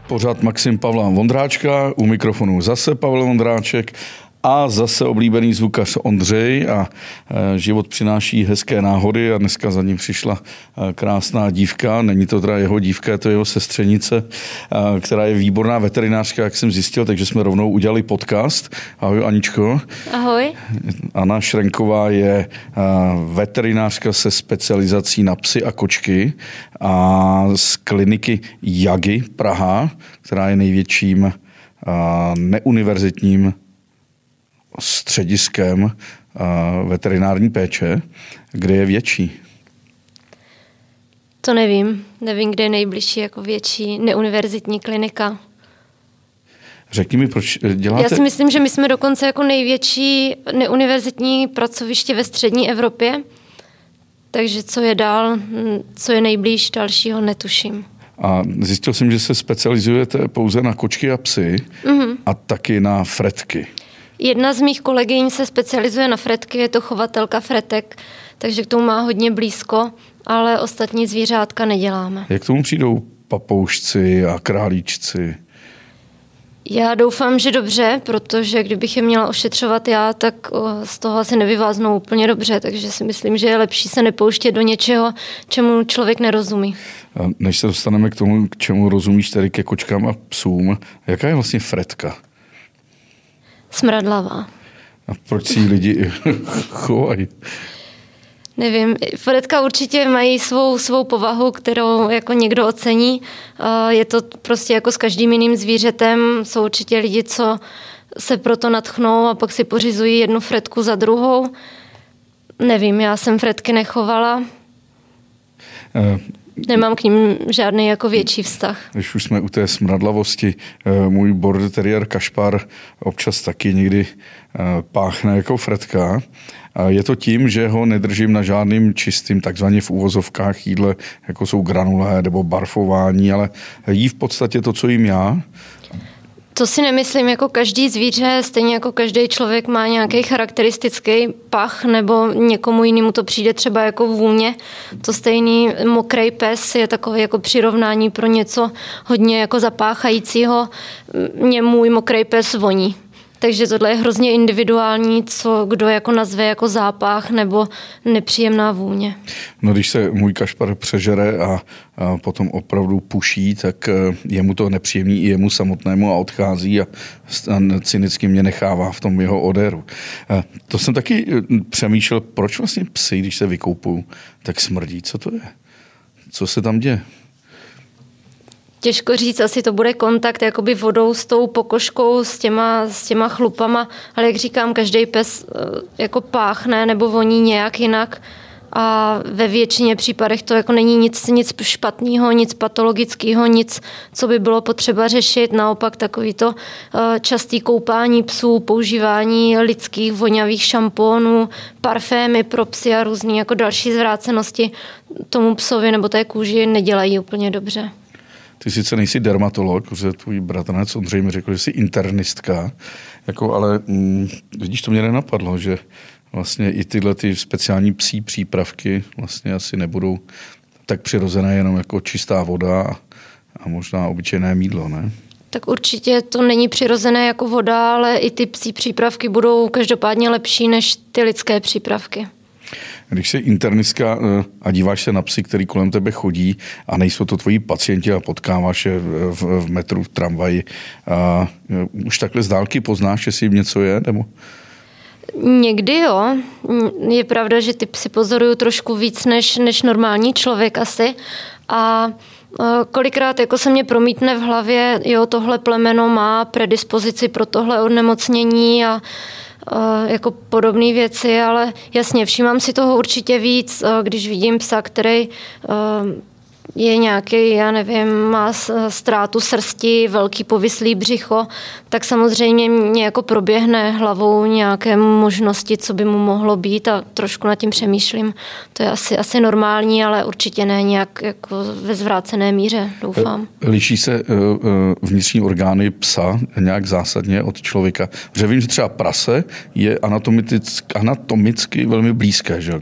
Pořád Maxim Pavla Vondráčka, u mikrofonu zase Pavel Vondráček a zase oblíbený zvukař Ondřej a život přináší hezké náhody a dneska za ním přišla krásná dívka, není to teda jeho dívka, je to jeho sestřenice, která je výborná veterinářka, jak jsem zjistil, takže jsme rovnou udělali podcast. Ahoj Aničko. Ahoj. Anna Šrenková je veterinářka se specializací na psy a kočky a z kliniky Jagy Praha, která je největším neuniverzitním střediskem veterinární péče, kde je větší? To nevím. Nevím, kde je nejbližší jako větší neuniverzitní klinika. Řekni mi, proč děláte... Já si myslím, že my jsme dokonce jako největší neuniverzitní pracoviště ve střední Evropě, takže co je dál, co je nejblíž dalšího, netuším. A zjistil jsem, že se specializujete pouze na kočky a psy a taky na fretky. Jedna z mých kolegyň se specializuje na fretky, je to chovatelka fretek, takže k tomu má hodně blízko, ale ostatní zvířátka neděláme. Jak k tomu přijdou papoušci a králíčci? Já doufám, že dobře, protože kdybych je měla ošetřovat já, tak z toho asi nevyváznou úplně dobře, takže si myslím, že je lepší se nepouštět do něčeho, čemu člověk nerozumí. A než se dostaneme k tomu, k čemu rozumíš, tedy ke kočkám a psům, jaká je vlastně fretka? Smradlavá. A proč si lidi chovají? Nevím, fretka určitě mají svou povahu, kterou jako někdo ocení. Je to prostě jako s každým jiným zvířetem. Jsou určitě lidi, co se proto nadchnou a pak si pořizují jednu fretku za druhou. Nevím, já jsem fretky nechovala. Nemám k ním žádný jako větší vztah. Když už jsme u té smradlavosti, můj border terrier Kašpar občas taky někdy páchne jako fretka. Je to tím, že ho nedržím na žádným čistým, takzvaně v uvozovkách jídle, jako jsou granule nebo barfování, ale jí v podstatě to, co jím já. To si nemyslím, jako každý zvíře, stejně jako každý člověk má nějaký charakteristický pach, nebo někomu jinému to přijde třeba jako vůně. To stejný mokrý pes je takové jako přirovnání pro něco hodně jako zapáchajícího. Mně můj mokrý pes voní. Takže tohle je hrozně individuální, co kdo jako nazve jako zápach nebo nepříjemná vůně. No když se můj Kašpar přežere a potom opravdu puší, tak je mu to nepříjemný i jemu samotnému a odchází a cynicky mě nechává v tom jeho odéru. To jsem taky přemýšlel, proč vlastně psy, když se vykoupují, tak smrdí. Co to je? Co se tam děje? Těžko říct, asi to bude kontakt jakoby vodou s tou pokožkou, s těma chlupama, ale jak říkám, každý pes jako páchne nebo voní nějak jinak a ve většině případech to jako není nic špatného, nic patologického, nic, co by bylo potřeba řešit. Naopak takový to častý koupání psů, používání lidských vonavých šampónů, parfémy pro psy a různý jako další zvrácenosti tomu psovi nebo té kůži nedělají úplně dobře. Ty sice nejsi dermatolog, protože tvůj bratranec Ondřej mi řekl, že jsi internistka, jako, ale vidíš, to mě nenapadlo, že vlastně i tyhle ty speciální psí přípravky vlastně asi nebudou tak přirozené jenom jako čistá voda a možná obyčejné mýdlo, ne? Tak určitě to není přirozené jako voda, ale i ty psí přípravky budou každopádně lepší než ty lidské přípravky. Když jsi internistka a díváš se na psy, který kolem tebe chodí a nejsou to tvoji pacienti a potkáváš je v metru, v tramvaji, už takhle z dálky poznáš, jestli jim něco je? Nebo? Někdy jo. Je pravda, že ty psy pozorují trošku víc než normální člověk asi. A kolikrát jako se mě promítne v hlavě, jo, tohle plemeno má predispozici pro tohle onemocnění a jako podobné věci, ale jasně, všímám si toho určitě víc, když vidím psa, který je nějaký, já nevím, má ztrátu srsti, velký povislý břicho, tak samozřejmě mě jako proběhne hlavou nějaké možnosti, co by mu mohlo být a trošku nad tím přemýšlím. To je asi normální, ale určitě ne nějak jako ve zvrácené míře, doufám. Liší se vnitřní orgány psa nějak zásadně od člověka? Že vím, že třeba prase je anatomicky velmi blízké, že?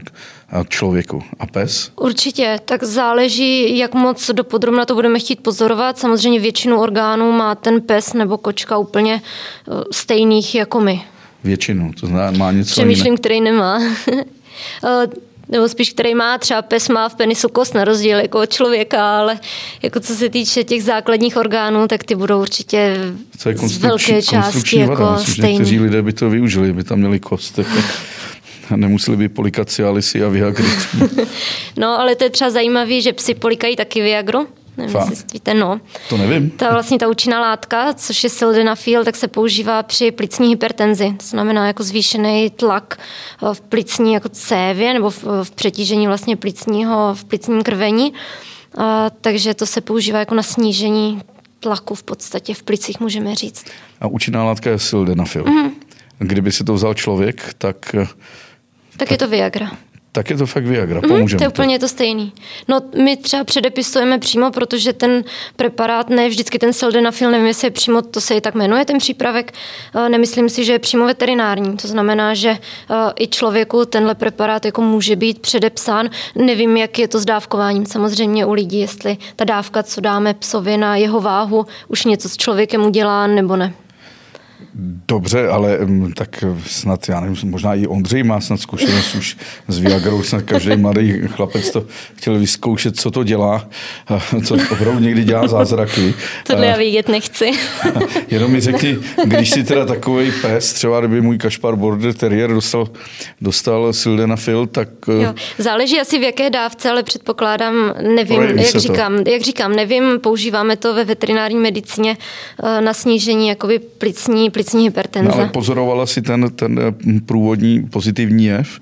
člověku. A pes? Určitě, tak záleží, jak moc dopodrobna to budeme chtít pozorovat. Samozřejmě většinu orgánů má ten pes nebo kočka úplně stejných jako my. Většinu, to znamená, má něco Přemýšlím, který nemá. Nebo spíš, který má, třeba pes má v penisu kost na rozdíl jako od člověka, ale jako co se týče těch základních orgánů, tak ty budou určitě z velké části jako stejný. Někteří lidé by to využili, by tam měli kost. A nemuseli by polikat Cialisy a Viagry. No, ale to je třeba zajímavé, že psi polikají taky Viagru. Nevím, jestli víte, no. To nevím. Ta účinná látka, což je sildenafil, tak se používá při plicní hypertenzi. To znamená jako zvýšený tlak v plicní jako cévě nebo v přetížení vlastně v plicním krvení. Takže to se používá jako na snížení tlaku v podstatě v plicích, můžeme říct. A účinná látka je sildenafil. Mm-hmm. Kdyby si to vzal člověk, tak je to Viagra. Tak je to fakt Viagra, pomůžeme. To je úplně to stejný. No, my třeba předepisujeme přímo, protože ten preparát, ne vždycky ten sildenafil, nevím, jestli je přímo, to se i tak jmenuje, ten přípravek, nemyslím si, že je přímo veterinární. To znamená, že i člověku tenhle preparát jako může být předepsán. Nevím, jak je to s dávkováním. Samozřejmě u lidí, jestli ta dávka, co dáme psovi na jeho váhu, už něco s člověkem udělá, nebo ne. Dobře, ale tak snad, já nevím, možná i Ondřej má snad zkušenost už s Viagrou, snad každý mladý chlapec to chtěl vyzkoušet, co to dělá, co opravdu někdy dělá zázraky. Tohle já vědět nechci. Jenom mi řekni, když si teda takovej pes, třeba kdyby můj Kašpar Border Terrier dostal sildenafil, tak... Jo, záleží asi v jaké dávce, ale předpokládám, nevím, jak říkám, nevím, používáme to ve veterinární medicíně na snížení jakoby plicní hypertenze. No, ale pozorovala si ten průvodní pozitivní jev?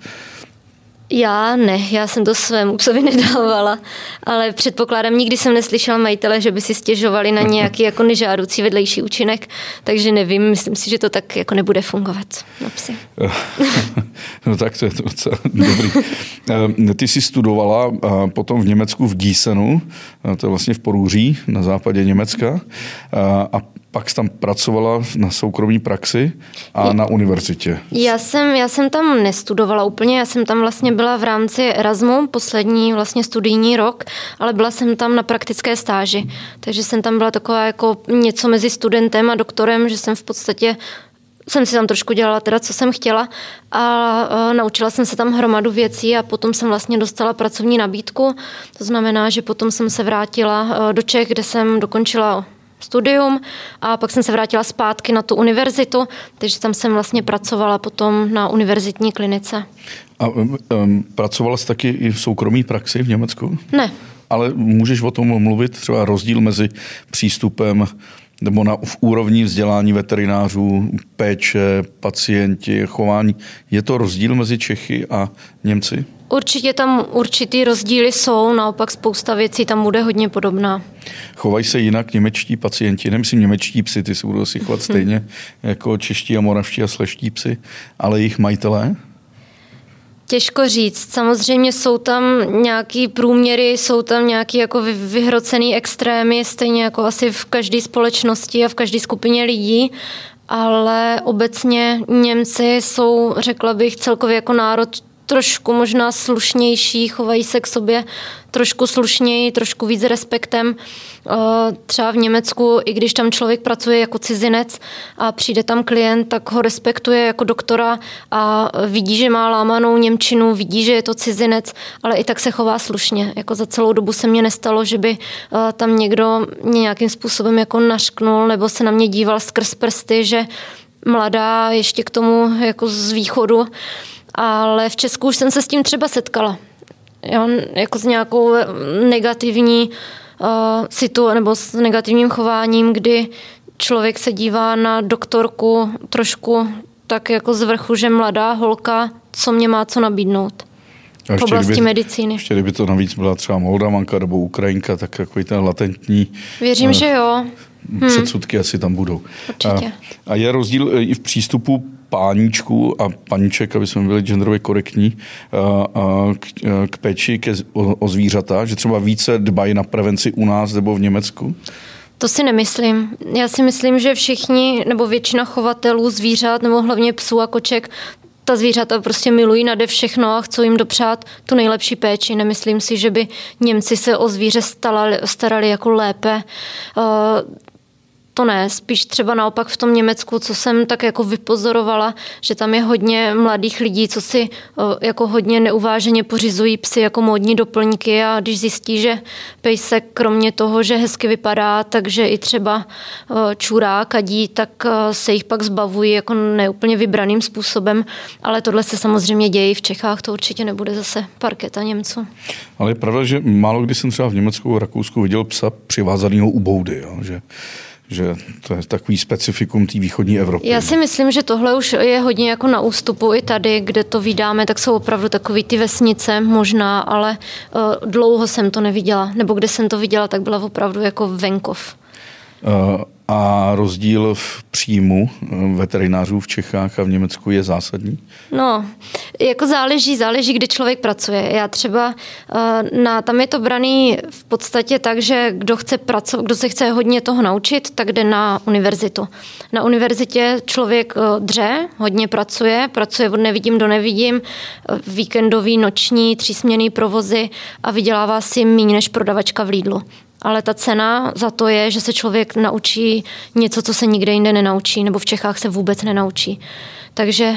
Já jsem to svému psovi nedávala, ale předpokládám, nikdy jsem neslyšela majitele, že by si stěžovali na nějaký jako nežádoucí vedlejší účinek, takže nevím, myslím si, že to tak jako nebude fungovat na psy. No tak to je to docela dobrý. Ty jsi studovala potom v Německu v Gießenu, to je vlastně v Porúří na západě Německa, a pak jsi tam pracovala na soukromé praxi a na univerzitě. Já jsem tam nestudovala úplně, já jsem tam vlastně byla v rámci Erasmu, poslední vlastně studijní rok, ale byla jsem tam na praktické stáži. Takže jsem tam byla taková jako něco mezi studentem a doktorem, že jsem v podstatě jsem si tam trošku dělala teda, co jsem chtěla a naučila jsem se tam hromadu věcí a potom jsem vlastně dostala pracovní nabídku. To znamená, že potom jsem se vrátila do Čech, kde jsem dokončila studium a pak jsem se vrátila zpátky na tu univerzitu, takže tam jsem vlastně pracovala potom na univerzitní klinice. A pracovala jsi taky i v soukromé praxi v Německu? Ne. Ale můžeš o tom mluvit, třeba rozdíl mezi přístupem nebo v úrovni vzdělání veterinářů, péče, pacienti, chování. Je to rozdíl mezi Čechy a Němci? Určitě tam určitý rozdíly jsou, naopak spousta věcí tam bude hodně podobná. Chovají se jinak němečtí pacienti, nemyslím němečtí psy, ty se budou asi chovat stejně jako čeští a moravští a sleští psy, ale jejich majitelé? Těžko říct. Samozřejmě jsou tam nějaký průměry, jsou tam nějaký jako vyhrocený extrémy, stejně jako asi v každé společnosti a v každé skupině lidí, ale obecně Němci jsou, řekla bych, celkově jako národ trošku možná slušnější, chovají se k sobě trošku slušněji, trošku víc respektem. Třeba v Německu, i když tam člověk pracuje jako cizinec a přijde tam klient, tak ho respektuje jako doktora a vidí, že má lámanou němčinu, vidí, že je to cizinec, ale i tak se chová slušně. Jako za celou dobu se mně nestalo, že by tam někdo mě nějakým způsobem jako nařknul nebo se na mě díval skrz prsty, že mladá ještě k tomu jako z východu. Ale v Česku už jsem se s tím třeba setkala. Jo, jako s nějakou negativní situací nebo s negativním chováním, kdy člověk se dívá na doktorku trošku tak jako z vrchu, že mladá holka, co mě má co nabídnout v oblasti medicíny. Ještě kdyby to navíc byla třeba Moldavanka nebo Ukrajinka, tak takový ten latentní... Věřím, že jo. Předsudky asi tam budou. Určitě. A je rozdíl i v přístupu páníčků a paníček, aby jsme byli genderově korektní, k péči o zvířata, že třeba více dbají na prevenci u nás nebo v Německu? To si nemyslím. Já si myslím, že všichni nebo většina chovatelů zvířat nebo hlavně psů a koček ta zvířata prostě milují nade všechno a chcou jim dopřát tu nejlepší péči. Nemyslím si, že by Němci se o zvíře starali jako lépe. To ne, spíš třeba naopak v tom Německu, co jsem tak jako vypozorovala, že tam je hodně mladých lidí, co si jako hodně neuváženě pořizují psy jako módní doplňky a když zjistí, že pejsek kromě toho, že hezky vypadá, takže i třeba čurá, kadí, tak se jich pak zbavují jako neúplně vybraným způsobem, ale tohle se samozřejmě děje v Čechách, to určitě nebude zase parketa Němců. Ale je pravda, že málo kdy jsem třeba v Německu a Rakousku viděl psa přivázanýho u boudy, jo? Že to je takový specifikum té východní Evropy. Já si myslím, že tohle už je hodně jako na ústupu i tady, kde to vydáme, tak jsou opravdu takový ty vesnice možná, ale dlouho jsem to neviděla. Nebo kde jsem to viděla, tak byla opravdu jako venkov. A rozdíl v příjmu veterinářů v Čechách a v Německu je zásadní? No, jako záleží, kdy člověk pracuje. Já třeba, tam je to braný v podstatě tak, že kdo se chce hodně toho naučit, tak jde na univerzitu. Na univerzitě člověk dře, hodně pracuje od nevidím do nevidím, víkendový, noční, 3směnný provozy a vydělává si míň než prodavačka v Lidlu. Ale ta cena za to je, že se člověk naučí něco, co se nikde jinde nenaučí, nebo v Čechách se vůbec nenaučí. Takže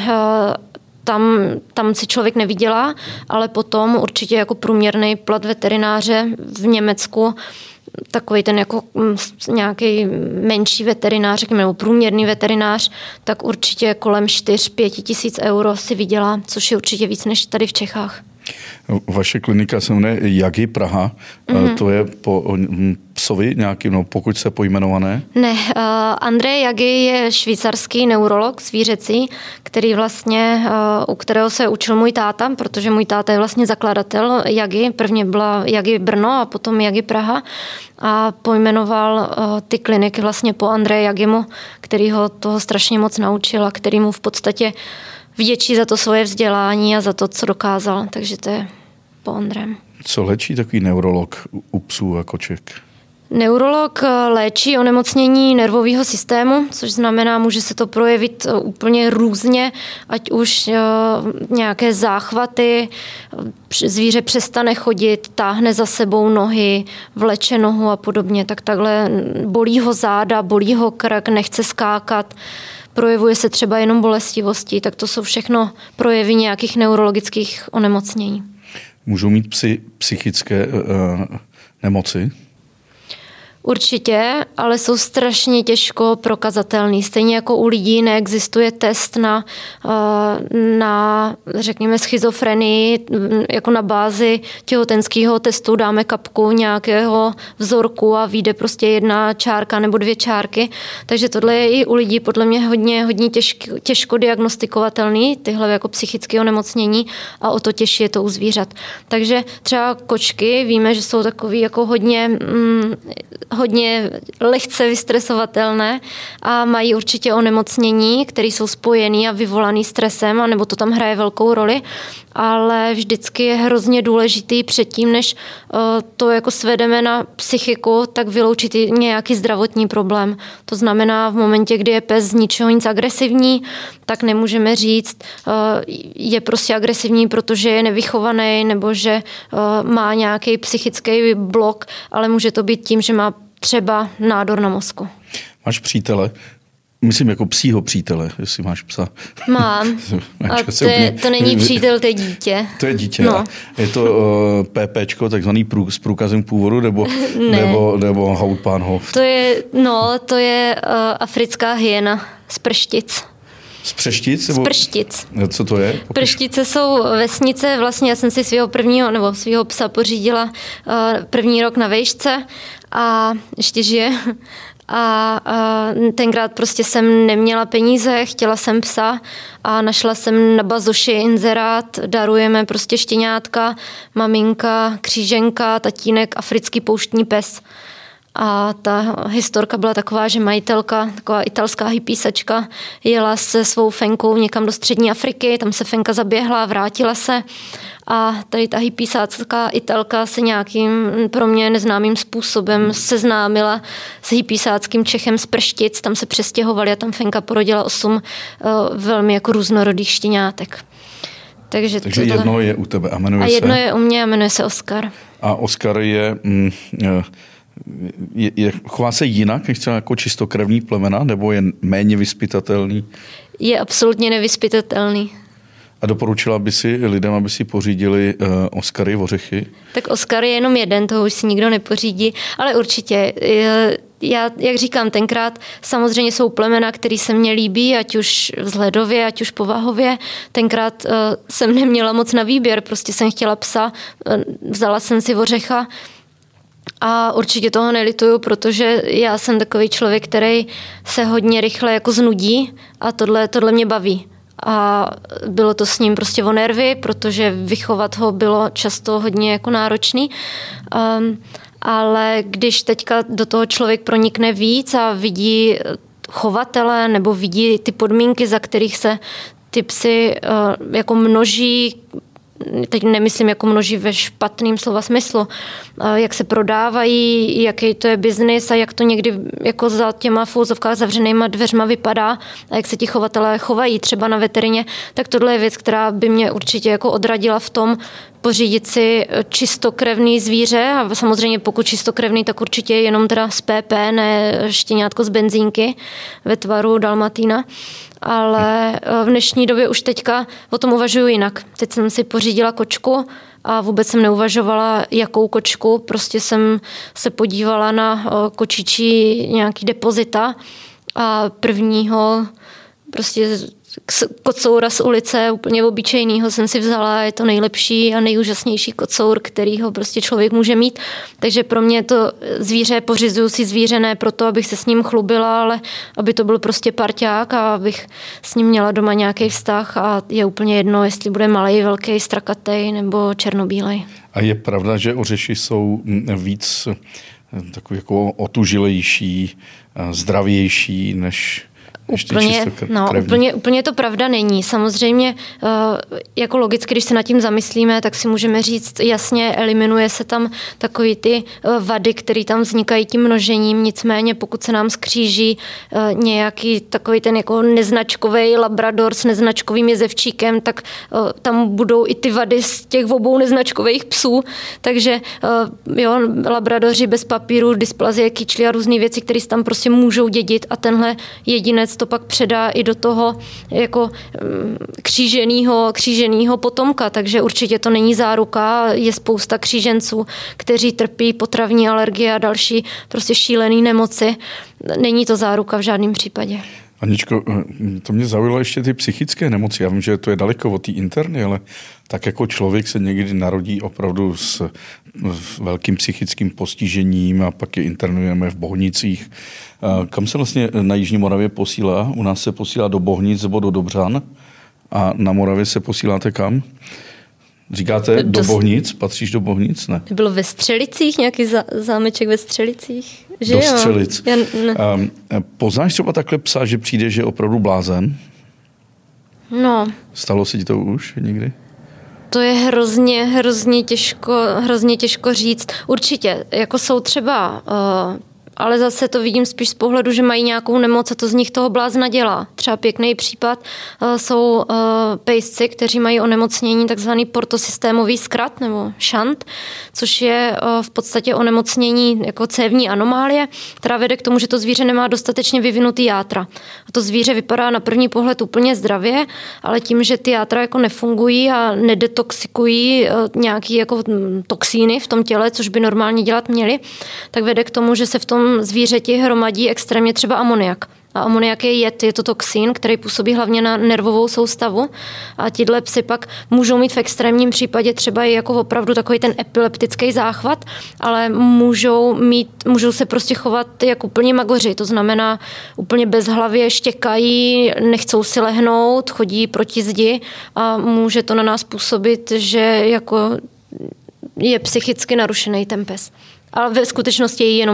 tam si člověk nevydělá, ale potom určitě jako průměrný plat veterináře v Německu, takový ten jako nějaký menší veterinář, řekněme, nebo průměrný veterinář, tak určitě kolem 4-5 tisíc euro si vydělá, což je určitě víc než tady v Čechách. Vaše klinika se jmenuje Jaggi Praha, to je po psovi nějakým, no pokud se pojmenované? Ne, Andrej Jaggi je švýcarský neurolog zvířecí, který vlastně, u kterého se učil můj táta, protože můj táta je vlastně zakladatel Jaggi, prvně byla Jaggi Brno a potom Jaggi Praha a pojmenoval ty kliniky vlastně po Andreji Jaggimu, který ho toho strašně moc naučil a který mu v podstatě vděčí za to svoje vzdělání a za to, co dokázal. Takže to je po Andrém. Co léčí takový neurolog u psů a koček? Neurolog léčí onemocnění nervového systému, což znamená, může se to projevit úplně různě, ať už nějaké záchvaty, zvíře přestane chodit, táhne za sebou nohy, vleče nohu a podobně. Tak takhle bolí ho záda, bolí ho krk, nechce skákat. Projevuje se třeba jenom bolestivostí, tak to jsou všechno projevy nějakých neurologických onemocnění. Můžou mít psi psychické nemoci? Určitě, ale jsou strašně těžko prokazatelný. Stejně jako u lidí neexistuje test na řekněme, schizofrenii, jako na bázi těhotenského testu dáme kapku nějakého vzorku a vyjde prostě 1 čárka nebo 2 čárky. Takže tohle je i u lidí podle mě hodně těžko diagnostikovatelný, tyhle jako psychické onemocnění a o to těžší je to u zvířat. Takže třeba kočky, víme, že jsou takový jako hodně lehce vystresovatelné a mají určitě onemocnění, které jsou spojené a vyvolané stresem, anebo to tam hraje velkou roli, ale vždycky je hrozně důležitý předtím, než to jako svedeme na psychiku, tak vyloučit nějaký zdravotní problém. To znamená, v momentě, kdy je pes z ničeho nic agresivní, tak nemůžeme říct, je prostě agresivní, protože je nevychovaný nebo že má nějaký psychický blok, ale může to být tím, že má třeba nádor na mozku. Máš přítele? Myslím jako psího přítele, jestli máš psa. Mám. A to není přítel, to je dítě. To je dítě. No. Je to PPčko, takzvaný s průkazem původu, nebo Hautbahnhof? To je africká hyena z Prštic. Z Přeštic? Z Prštic. Co to je? Prštice jsou vesnice, vlastně já jsem si svého psa pořídila první rok na vejšce a ještě žije. A tenkrát prostě jsem neměla peníze, chtěla jsem psa a našla jsem na Bazoši inzerát, darujeme prostě štěňátka, maminka, kříženka, tatínek, africký pouštní pes. A ta historka byla taková, že majitelka, taková italská hypísačka, jela se svou fenkou někam do střední Afriky, tam se fenka zaběhla, vrátila se a tady ta hypísácká Italka se nějakým pro mě neznámým způsobem seznámila s hypísáckým Čechem z Prštic, tam se přestěhovali a tam fenka porodila 8 velmi jako různorodých štěňátek. Takže jedno je u tebe a jmenuje se? A jedno je u mě a jmenuje se Oskar. A Oskar chová se jinak než třeba jako čistokrevný plemena, nebo je méně vyzpytatelný? Je absolutně nevyzpytatelný. A doporučila by si lidem, aby si pořídili Oskary, ořechy? Tak Oskar je jenom jeden, toho už si nikdo nepořídí, ale určitě. Já, jak říkám, tenkrát samozřejmě jsou plemena, které se mně líbí, ať už vzhledově, ať už povahově. Tenkrát jsem neměla moc na výběr, prostě jsem chtěla psa, vzala jsem si ořecha a určitě toho nelituju, protože já jsem takový člověk, který se hodně rychle jako znudí a tohle mě baví. A bylo to s ním prostě o nervy, protože vychovat ho bylo často hodně jako náročný. Ale když teďka do toho člověk pronikne víc a vidí chovatele nebo vidí ty podmínky, za kterých se ty psy jako množí, teď nemyslím jako množí ve špatným slova smyslu, jak se prodávají, jaký to je biznis a jak to někdy jako za těma v úzovkách zavřenýma dveřma vypadá a jak se ti chovatelé chovají třeba na veterině, tak tohle je věc, která by mě určitě jako odradila v tom pořídit si čistokrevný zvíře a samozřejmě pokud čistokrevný, tak určitě jenom teda z PP, ne štěňátko z benzínky ve tvaru dalmatína. Ale v dnešní době už teďka o tom uvažuji jinak. Teď jsem si pořídila kočku a vůbec jsem neuvažovala, jakou kočku. Prostě jsem se podívala na kočičí nějaký depozita a prvního prostě kocoura z ulice, úplně obyčejnýho jsem si vzala, je to nejlepší a nejúžasnější kocour, kterýho prostě člověk může mít. Takže pro mě to zvíře, pořizuju si zvíře ne proto, abych se s ním chlubila, ale aby to byl prostě parťák a abych s ním měla doma nějaký vztah a je úplně jedno, jestli bude malej, velký, strakatej nebo černobílej. A je pravda, že ořeši jsou víc takový jako otužilejší, zdravější než Úplně to pravda není. Samozřejmě jako logicky, když se nad tím zamyslíme, tak si můžeme říct, jasně eliminuje se tam takový ty vady, které tam vznikají tím množením, nicméně pokud se nám skříží nějaký takový ten jako neznačkový labrador s neznačkovým jezevčíkem, tak tam budou i ty vady z těch obou neznačkových psů, takže jo, labradoři bez papíru, dysplazie, kyčly a různé věci, které se tam prostě můžou dědit a tenhle jedinec to pak předá i do toho jako kříženýho potomka, takže určitě to není záruka. Je spousta kříženců, kteří trpí potravní alergie a další prostě šílený nemoci. Není to záruka v žádném případě. Aničko, to mě zaujalo ještě ty psychické nemoci. Já vím, že to je daleko od té interny, ale tak jako člověk se někdy narodí opravdu s velkým psychickým postižením a pak je internujeme v Bohnicích. Kam se vlastně na Jižní Moravě posílá? U nás se posílá do Bohnic nebo do Dobřan a na Moravě se posíláte kam? Říkáte do Bohnic? Patříš do Bohnic? Ne. Bylo ve Střelicích, nějaký zámeček ve Střelicích? Že do Střelic. Poznáš třeba takhle psa, že přijde, že je opravdu blázen? No. Stalo se ti to už někdy? To je hrozně těžko říct. Určitě, jako jsou třeba, ale zase to vidím spíš z pohledu, že mají nějakou nemoc a to z nich toho blázna dělá. Třeba pěkný případ jsou pejsci, kteří mají onemocnění takzvaný portosystémový zkrat nebo šant, což je v podstatě onemocnění jako cévní anomálie, která vede k tomu, že to zvíře nemá dostatečně vyvinutý játra. A to zvíře vypadá na první pohled úplně zdravě, ale tím, že ty játra jako nefungují a nedetoxikují nějaký jako toxíny v tom těle, což by normálně dělat měly, tak vede k tomu, že se v tom zvířeti hromadí extrémně třeba amoniak. A amoniak je jed, je to toxín, který působí hlavně na nervovou soustavu a tihle psy pak můžou mít v extrémním případě třeba i jako opravdu takový ten epileptický záchvat, ale můžou se prostě chovat jako úplně magoři, to znamená úplně bezhlavě štěkají, nechcou si lehnout, chodí proti zdi a může to na nás působit, že jako je psychicky narušený ten pes. Ale ve skutečnosti je jenom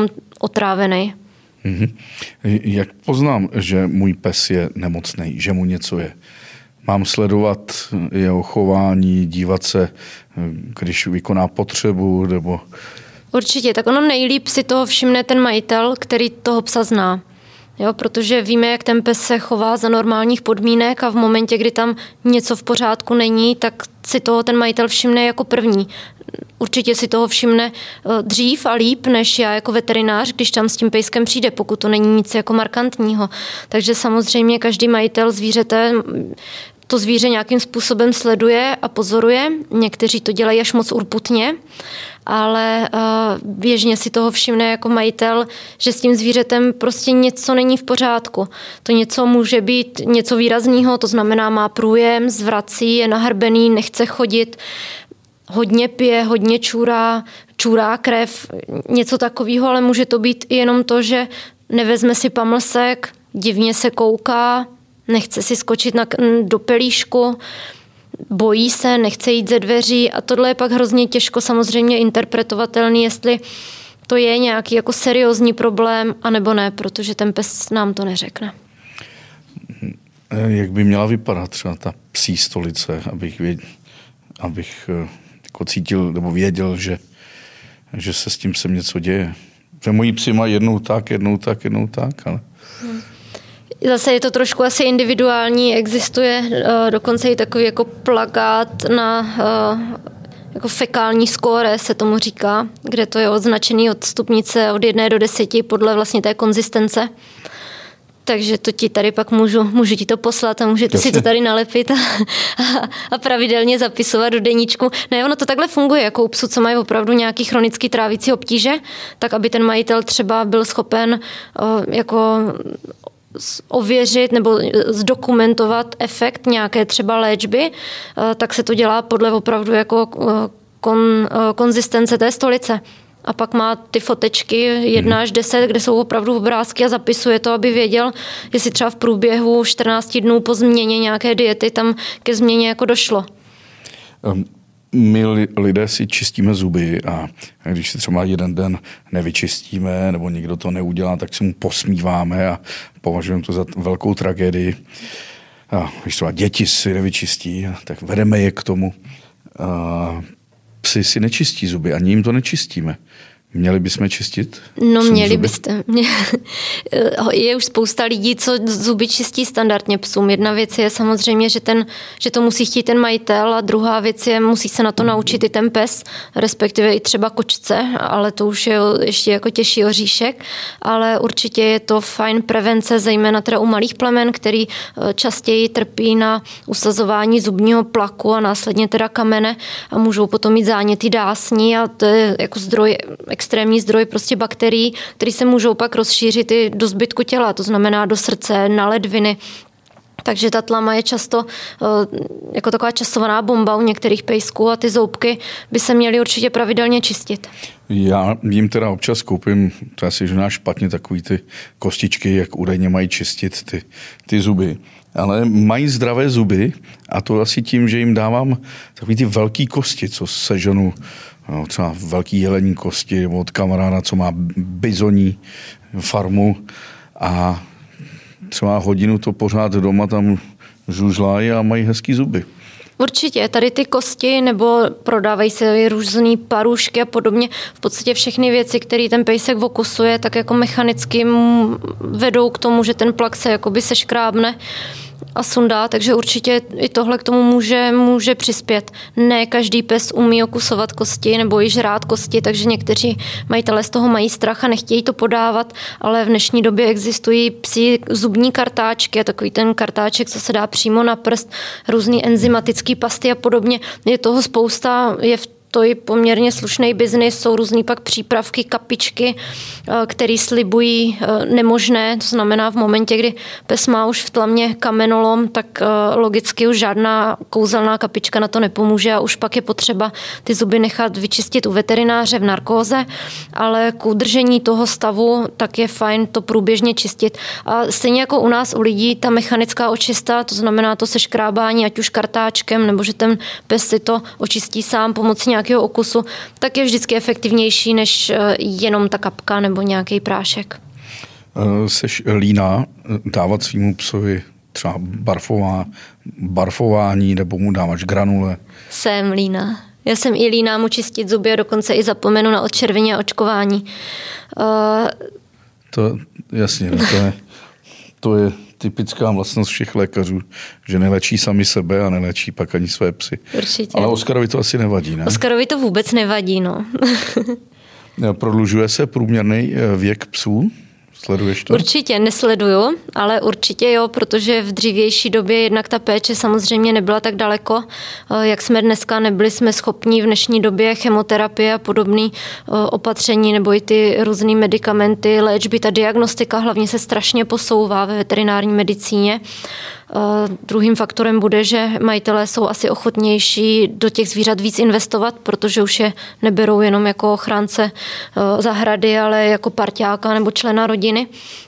otrávený. Jak poznám, že můj pes je nemocný, že mu něco je? Mám sledovat jeho chování, dívat se, když vykoná potřebu, nebo... Určitě, tak ono nejlíp si toho všimne ten majitel, který toho psa zná. Jo, protože víme, jak ten pes se chová za normálních podmínek a v momentě, kdy tam něco v pořádku není, tak si toho ten majitel všimne jako první. Určitě si toho všimne dřív a líp, než já jako veterinář, když tam s tím pejskem přijde, pokud to není nic jako markantního. Takže samozřejmě každý majitel zvířete to zvíře nějakým způsobem sleduje a pozoruje. Někteří to dělají až moc urputně, ale běžně si toho všimne jako majitel, že s tím zvířetem prostě něco není v pořádku. To něco může být něco výrazného, to znamená má průjem, zvrací, je nahrbený, nechce chodit, hodně pije, hodně čůrá krev, něco takového, ale může to být i jenom to, že nevezme si pamlsek, divně se kouká, nechce si skočit do pelíšku, bojí se, nechce jít ze dveří a tohle je pak hrozně těžko samozřejmě interpretovatelný, jestli to je nějaký jako seriózní problém, anebo ne, protože ten pes nám to neřekne. Jak by měla vypadat třeba ta psí stolice, abych jako cítil nebo věděl, že se s tím sem něco děje. Že moji psi mají jednou tak, ale... Zase je to trošku asi individuální, existuje dokonce i takový jako plakát na jako fekální skóre se tomu říká, kde to je označený od stupnice od 1 do 10 podle vlastně té konzistence. Takže to ti tady pak můžu ti to poslat a můžete si to tady nalepit a pravidelně zapisovat do deníčku. Ne, ono to takhle funguje jako u psů, co mají opravdu nějaký chronický trávicí obtíže, tak aby ten majitel třeba byl schopen jako ověřit nebo zdokumentovat efekt nějaké třeba léčby, tak se to dělá podle opravdu jako konzistence té stolice. A pak má ty fotečky 1 až 10, kde jsou opravdu obrázky a zapisuje to, aby věděl, jestli třeba v průběhu 14 dnů po změně nějaké diety tam ke změně jako došlo. My lidé si čistíme zuby a když si třeba jeden den nevyčistíme nebo někdo to neudělá, tak si mu posmíváme a považujeme to za velkou tragédii. A když třeba děti si nevyčistí, tak vedeme je k tomu. Psi si nečistí zuby, ani jim to nečistíme. Měli bychom čistit? No měli byste. Je už spousta lidí, co zuby čistí standardně psům. Jedna věc je samozřejmě, že to musí chtít ten majitel a druhá věc je, musí se na to naučit i ten pes, respektive i třeba kočce, ale to už je ještě jako těžší oříšek, ale určitě je to fajn prevence, zejména teda u malých plemen, který častěji trpí na usazování zubního plaku a následně teda kamene a můžou potom mít záněty dásní a to je jako extrémní zdroj prostě bakterií, které se můžou pak rozšířit i do zbytku těla, to znamená do srdce, na ledviny. Takže ta tlama je často jako taková časovaná bomba u některých pejsků a ty zoubky by se měly určitě pravidelně čistit. Já jim teda občas koupím, to asi žena špatně, takový ty kostičky, jak údajně mají čistit ty zuby. Ale mají zdravé zuby a to asi tím, že jim dávám takový ty velký kosti, co seženu třeba velký jelení kosti nebo od kamaráda, co má bizoní farmu a třeba hodinu to pořád doma tam žužlají a mají hezký zuby. Určitě, tady ty kosti nebo prodávají se různý parušky a podobně. V podstatě všechny věci, které ten pejsek vokusuje, tak jako mechanicky vedou k tomu, že ten plak se jakoby seškrábne a sundá, takže určitě i tohle k tomu může přispět. Ne každý pes umí okusovat kosti nebo i žrát kosti, takže někteří majitelé z toho mají strach a nechtějí to podávat, ale v dnešní době existují psí zubní kartáčky a takový ten kartáček, co se dá přímo na prst, různý enzymatický pasty a podobně. Je toho spousta, je to je poměrně slušný biznis, jsou různý pak přípravky, kapičky, které slibují nemožné, to znamená v momentě, kdy pes má už v tlamě kamenolom, tak logicky už žádná kouzelná kapička na to nepomůže a už pak je potřeba ty zuby nechat vyčistit u veterináře v narkóze, ale k udržení toho stavu tak je fajn to průběžně čistit. A stejně jako u nás u lidí ta mechanická očista, to znamená to seškrábání ať už kartáčkem, nebo že ten pes si to očistí sám pomocí nějakého okusu, tak je vždycky efektivnější než jenom ta kapka nebo nějaký prášek. Seš líná dávat svýmu psovi třeba barfování nebo mu dáváš granule? Jsem líná. Já jsem i líná mu čistit zuby a dokonce i zapomenu na odčervení a očkování. To jasně, to je typická vlastnost všech lékařů, že neléčí sami sebe a neléčí pak ani své psy. Určitě. Ale Oskarovi to asi nevadí, ne? Oskarovi to vůbec nevadí, no. Prodlužuje se průměrný věk psů? Sleduješ to? Určitě nesleduju, ale určitě jo, protože v dřívější době jednak ta péče samozřejmě nebyla tak daleko, jak jsme dneska, nebyli jsme schopni v dnešní době chemoterapie a podobné opatření nebo i ty různé medicamenty, léčby, ta diagnostika hlavně se strašně posouvá ve veterinární medicíně. Druhým faktorem bude, že majitelé jsou asi ochotnější do těch zvířat víc investovat, protože už je neberou jenom jako ochránce zahrady, ale jako parťáka nebo člena rodiny.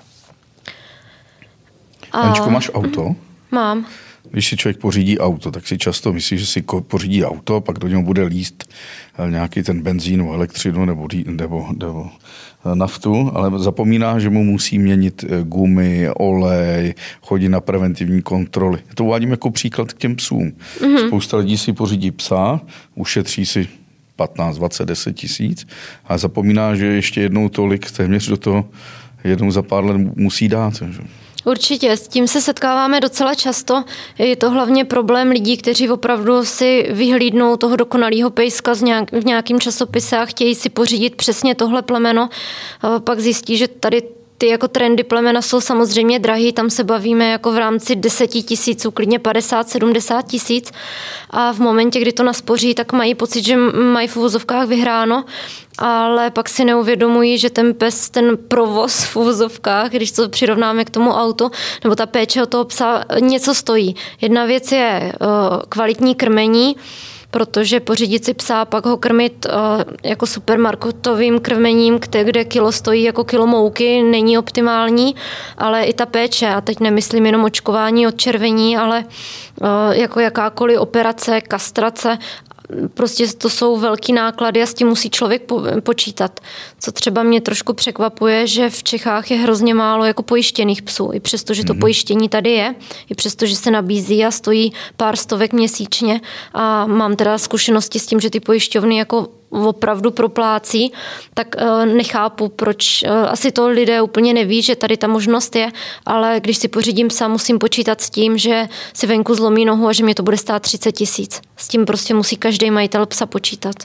Aničko, máš auto? Mám. Když si člověk pořídí auto, tak si často myslí, že si pořídí auto, pak do něho bude líst nějaký ten benzín, nebo elektřinu, nebo naftu, ale zapomíná, že mu musí měnit gumy, olej, chodit na preventivní kontroly. To uvádím jako příklad k těm psům. Spousta lidí si pořídí psa, ušetří si 15, 20, 10 tisíc a zapomíná, že ještě jednou tolik téměř do toho jednou za pár let musí dát. Určitě, s tím se setkáváme docela často. Je to hlavně problém lidí, kteří opravdu si vyhlídnou toho dokonalého pejska v nějakém časopise a chtějí si pořídit přesně tohle plemeno. A pak zjistí, že tady ty jako trendy plemena jsou samozřejmě drahý, tam se bavíme jako v rámci 10 tisíců, klidně 50, 70 tisíc a v momentě, kdy to naspoří, tak mají pocit, že mají v uvozovkách vyhráno, ale pak si neuvědomují, že ten pes, ten provoz v uvozovkách, když to přirovnáme k tomu autu, nebo ta péče o toho psa, něco stojí. Jedna věc je kvalitní krmení, protože pořídit si psa, pak ho krmit jako supermarketovým krmením, kde kilo stojí jako kilo mouky, není optimální, ale i ta péče, a teď nemyslím jenom očkování, odčervení, ale jako jakákoliv operace, kastrace, prostě to jsou velký náklady a s tím musí člověk počítat. Co třeba mě trošku překvapuje, že v Čechách je hrozně málo jako pojištěných psů. I přesto, že to pojištění tady je, i přesto, že se nabízí a stojí pár stovek měsíčně. A mám teda zkušenosti s tím, že ty pojišťovny jako opravdu proplácí, tak nechápu, proč. Asi to lidé úplně neví, že tady ta možnost je, ale když si pořídím psa, musím počítat s tím, že si venku zlomí nohu a že mě to bude stát 30 tisíc. S tím prostě musí každý majitel psa počítat.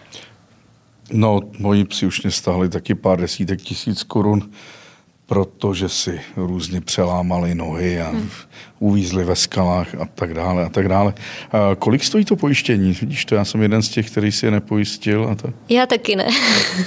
No, moji psi už mě stáhli taky pár desítek tisíc korun, protože si různě přelámali nohy a uvízli ve skalách a tak dále a tak dále. A kolik stojí to pojištění? Vidíš to, já jsem jeden z těch, který si je nepojistil. A to... Já taky ne.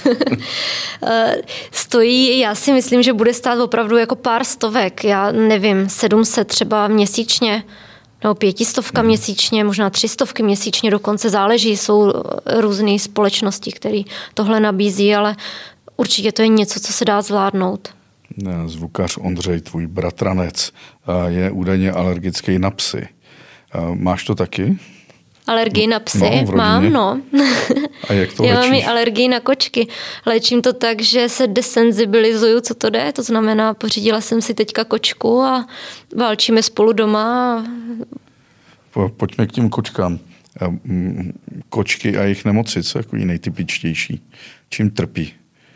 Stojí, já si myslím, že bude stát opravdu jako pár stovek. Já nevím, 700 třeba měsíčně, nebo 500 měsíčně, možná 300 měsíčně, dokonce záleží. Jsou různé společnosti, které tohle nabízí, ale určitě to je něco, co se dá zvládnout. Zvukař Ondřej, tvůj bratranec, je údajně alergický na psy. Máš to taky? Alergii na psy? Mám, no. A jak to Já léčíš? mám i alergii na kočky. Léčím to tak, že se desenzibilizuju, co to jde. To znamená, pořídila jsem si teďka kočku a válčíme spolu doma. Pojďme k těm kočkám. Kočky a jejich nemoci, co je jako nejtypičtější? Čím trpí?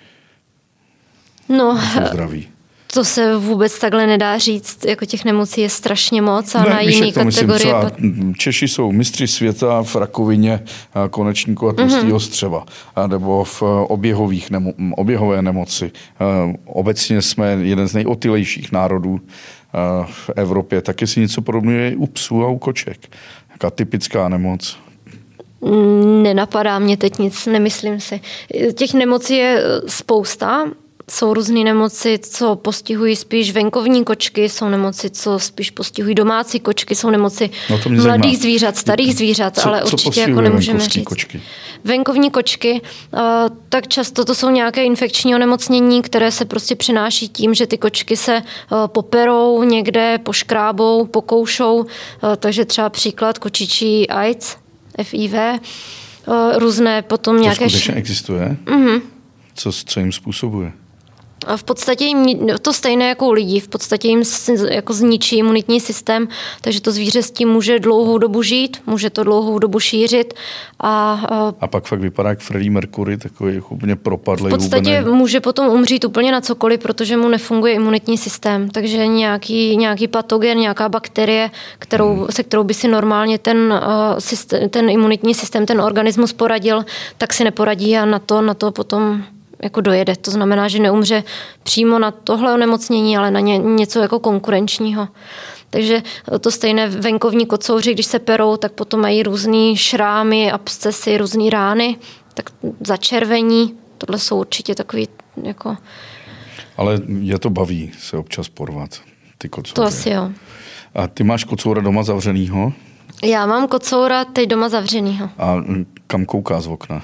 No, Zdraví. To se vůbec takhle nedá říct, jako těch nemocí je strašně moc a na jiný kategorie. Češi jsou mistři světa v rakovině konečníku a tlustého střeva, nebo v oběhové nemoci. Obecně jsme jeden z nejotylejších národů v Evropě. Taky si něco podobného u psů a u koček. Jaká typická nemoc? Nenapadá mě teď nic, nemyslím si. Těch nemocí je spousta. Jsou různé nemoci, co postihují spíš venkovní kočky, jsou nemoci, co spíš postihují domácí kočky, jsou nemoci mladých zvířat, starých zvířat, ale určitě jako nemůžeme říct. Kočky? Venkovní kočky, tak často to jsou nějaké infekční onemocnění, které se prostě přenáší tím, že ty kočky se poperou někde, poškrábou, pokoušou, takže třeba příklad kočičí AIDS, FIV, různé potom to nějaké... To skutečně existuje? Mm-hmm. Co jim způsobuje? A v podstatě jim to stejné jako u lidí, v podstatě jim jako zničí imunitní systém, takže to zvíře s tím může dlouhou dobu žít, může to dlouhou dobu šířit. A pak fakt vypadá jak Freddie Mercury, takový úplně propadlý. V podstatě hubený. Může potom umřít úplně na cokoliv, protože mu nefunguje imunitní systém, takže nějaký patogen, nějaká bakterie, se kterou by si normálně ten imunitní systém, ten organismus poradil, tak si neporadí a na to potom jako dojede. To znamená, že neumře přímo na tohle onemocnění, ale na něco jako konkurenčního. Takže to stejné venkovní kocouři, když se perou, tak potom mají různý šrámy, abscesy, různý rány, tak začervení. Tohle jsou určitě takový jako... Ale je to baví se občas porvat, ty kocouře. To asi jo. A ty máš kocoura doma zavřenýho? Já mám kocoura teď doma zavřenýho. A kam kouká z okna?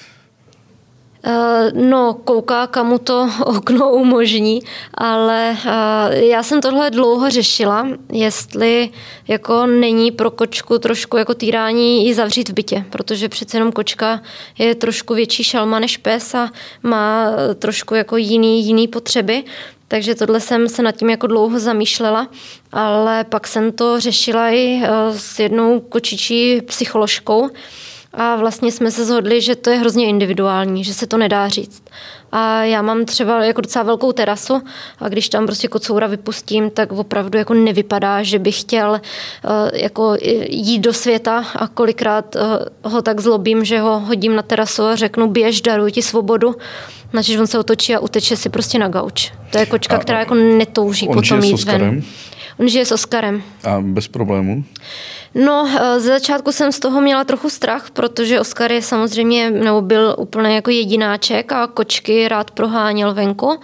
No, kouká, kam mu to okno umožní, ale já jsem tohle dlouho řešila, jestli jako není pro kočku trošku jako týrání ji zavřít v bytě, protože přece jenom kočka je trošku větší šalma než pes a má trošku jako jiný potřeby. Takže tohle jsem se nad tím jako dlouho zamýšlela, ale pak jsem to řešila i s jednou kočičí psycholožkou, a vlastně jsme se shodli, že to je hrozně individuální, že se to nedá říct. A já mám třeba jako docela velkou terasu a když tam prostě kocoura vypustím, tak opravdu jako nevypadá, že bych chtěl jako jít do světa a kolikrát ho tak zlobím, že ho hodím na terasu a řeknu běž, daruji ti svobodu. Načež on se otočí a uteče si prostě na gauč. To je kočka, která jako netouží potom jít ven. On žije s Oskarem. A bez problémů? No, ze začátku jsem z toho měla trochu strach, protože Oskar je samozřejmě, nebo byl úplně jako jedináček a kočky rád proháněl venku,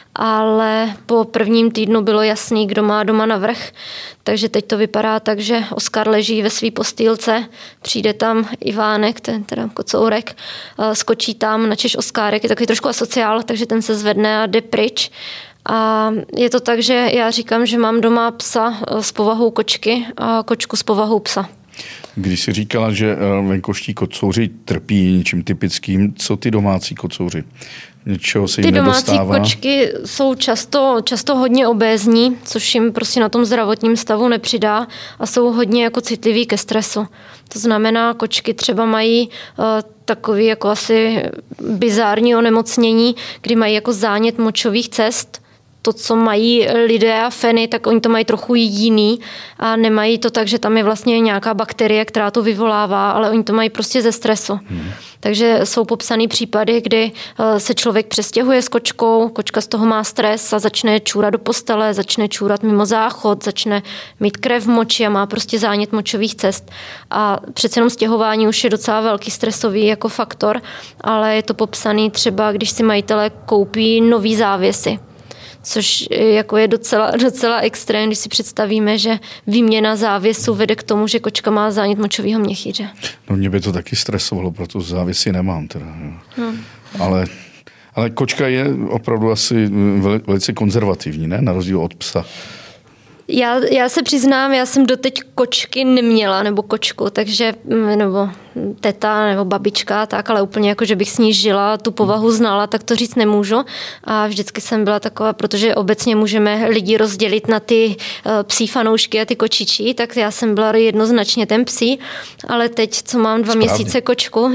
ale po prvním týdnu bylo jasný, kdo má doma navrch, takže teď to vypadá tak, že Oskar leží ve své postýlce, přijde tam Ivánek, ten teda kocourek, skočí tam, načež Oskárek je takový trošku asociál, takže ten se zvedne a jde pryč. A je to tak, že já říkám, že mám doma psa s povahou kočky a kočku s povahou psa. Když jsi říkala, že venkovští kocouři trpí něčím typickým, co ty domácí kocouři? Něčeho se jim nedostává? Ty domácí kočky jsou často hodně obézní, což jim prostě na tom zdravotním stavu nepřidá a jsou hodně jako citliví ke stresu. To znamená, kočky třeba mají takový jako asi bizární onemocnění, kdy mají jako zánět močových cest. To, co mají lidé a feny, tak oni to mají trochu jiný a nemají to tak, že tam je vlastně nějaká bakterie, která to vyvolává, ale oni to mají prostě ze stresu. Takže jsou popsaný případy, kdy se člověk přestěhuje s kočkou, kočka z toho má stres a začne čůrat do postele, začne čůrat mimo záchod, začne mít krev v moči a má prostě zánět močových cest. A přece jenom stěhování už je docela velký stresový jako faktor, ale je to popsaný třeba, když si majitelé koupí nový závěsy. Což jako je docela extrém, když si představíme, že výměna závěsu vede k tomu, že kočka má zánět močového měchýře. No mě by to taky stresovalo, proto závěsy nemám teda. Ale kočka je opravdu asi velice konzervativní, ne? Na rozdíl od psa. Já se přiznám, já jsem doteď kočky neměla, nebo kočku, takže, nebo teta, nebo babička, tak, ale úplně jako, že bych s ní žila, tu povahu znala, tak to říct nemůžu. A vždycky jsem byla taková, protože obecně můžeme lidi rozdělit na ty psí fanoušky a ty kočičí, tak já jsem byla jednoznačně ten psí, ale teď, co mám 2 měsíce kočku,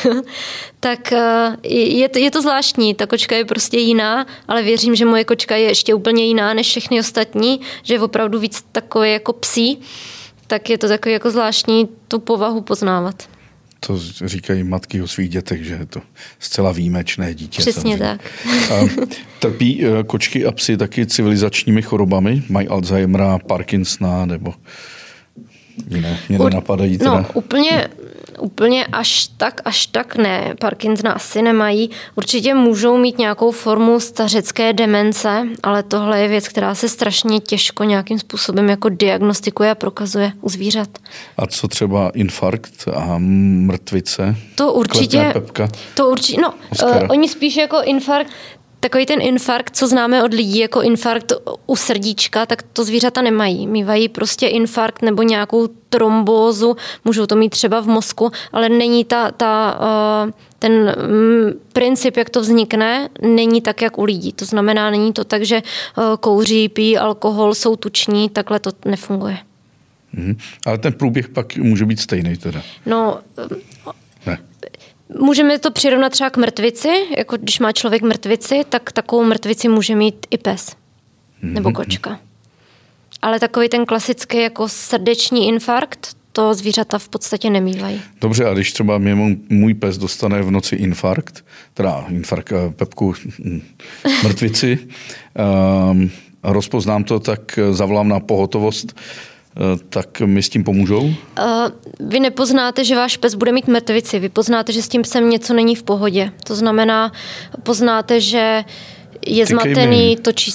tak je to zvláštní. Ta kočka je prostě jiná, ale věřím, že moje kočka je ještě úplně jiná než všechny ostatní, že je opravdu víc takové jako psí, tak je to takový jako zvláštní tu povahu poznávat. To říkají matky o svých dětech, že je to zcela výjimečné dítě. Přesně samozřejmě. Tak. Trpí kočky a psy taky civilizačními chorobami? Mají Alzheimera, Parkinsona nebo jiné? Mě nenapadají teda. No, úplně až tak ne. Parkinsona asi nemají. Určitě můžou mít nějakou formu stařecké demence, ale tohle je věc, která se strašně těžko nějakým způsobem jako diagnostikuje a prokazuje u zvířat. A co třeba infarkt a mrtvice? To určitě. Pepka? To určitě. No, oni spíš jako infarkt. Takový ten infarkt, co známe od lidí jako infarkt u srdíčka, tak to zvířata nemají. Mívají prostě infarkt nebo nějakou trombózu, můžou to mít třeba v mozku, ale není ten princip, jak to vznikne, není tak, jak u lidí. To znamená, není to tak, že kouří, pijí alkohol, jsou tuční, takhle to nefunguje. Ale ten průběh pak může být stejný teda. No, ne. Můžeme to přirovnat třeba k mrtvici, jako když má člověk mrtvici, tak takovou mrtvici může mít i pes nebo kočka. Ale takový ten klasický jako srdeční infarkt, to zvířata v podstatě nemývají. Dobře, a když třeba můj pes dostane v noci infarkt, Pepku, mrtvici, rozpoznám to, tak zavolám na pohotovost, tak mi s tím pomůžou? Vy nepoznáte, že váš pes bude mít mrtvici. Vy poznáte, že s tím psem něco není v pohodě. To znamená, poznáte, že je zmatený,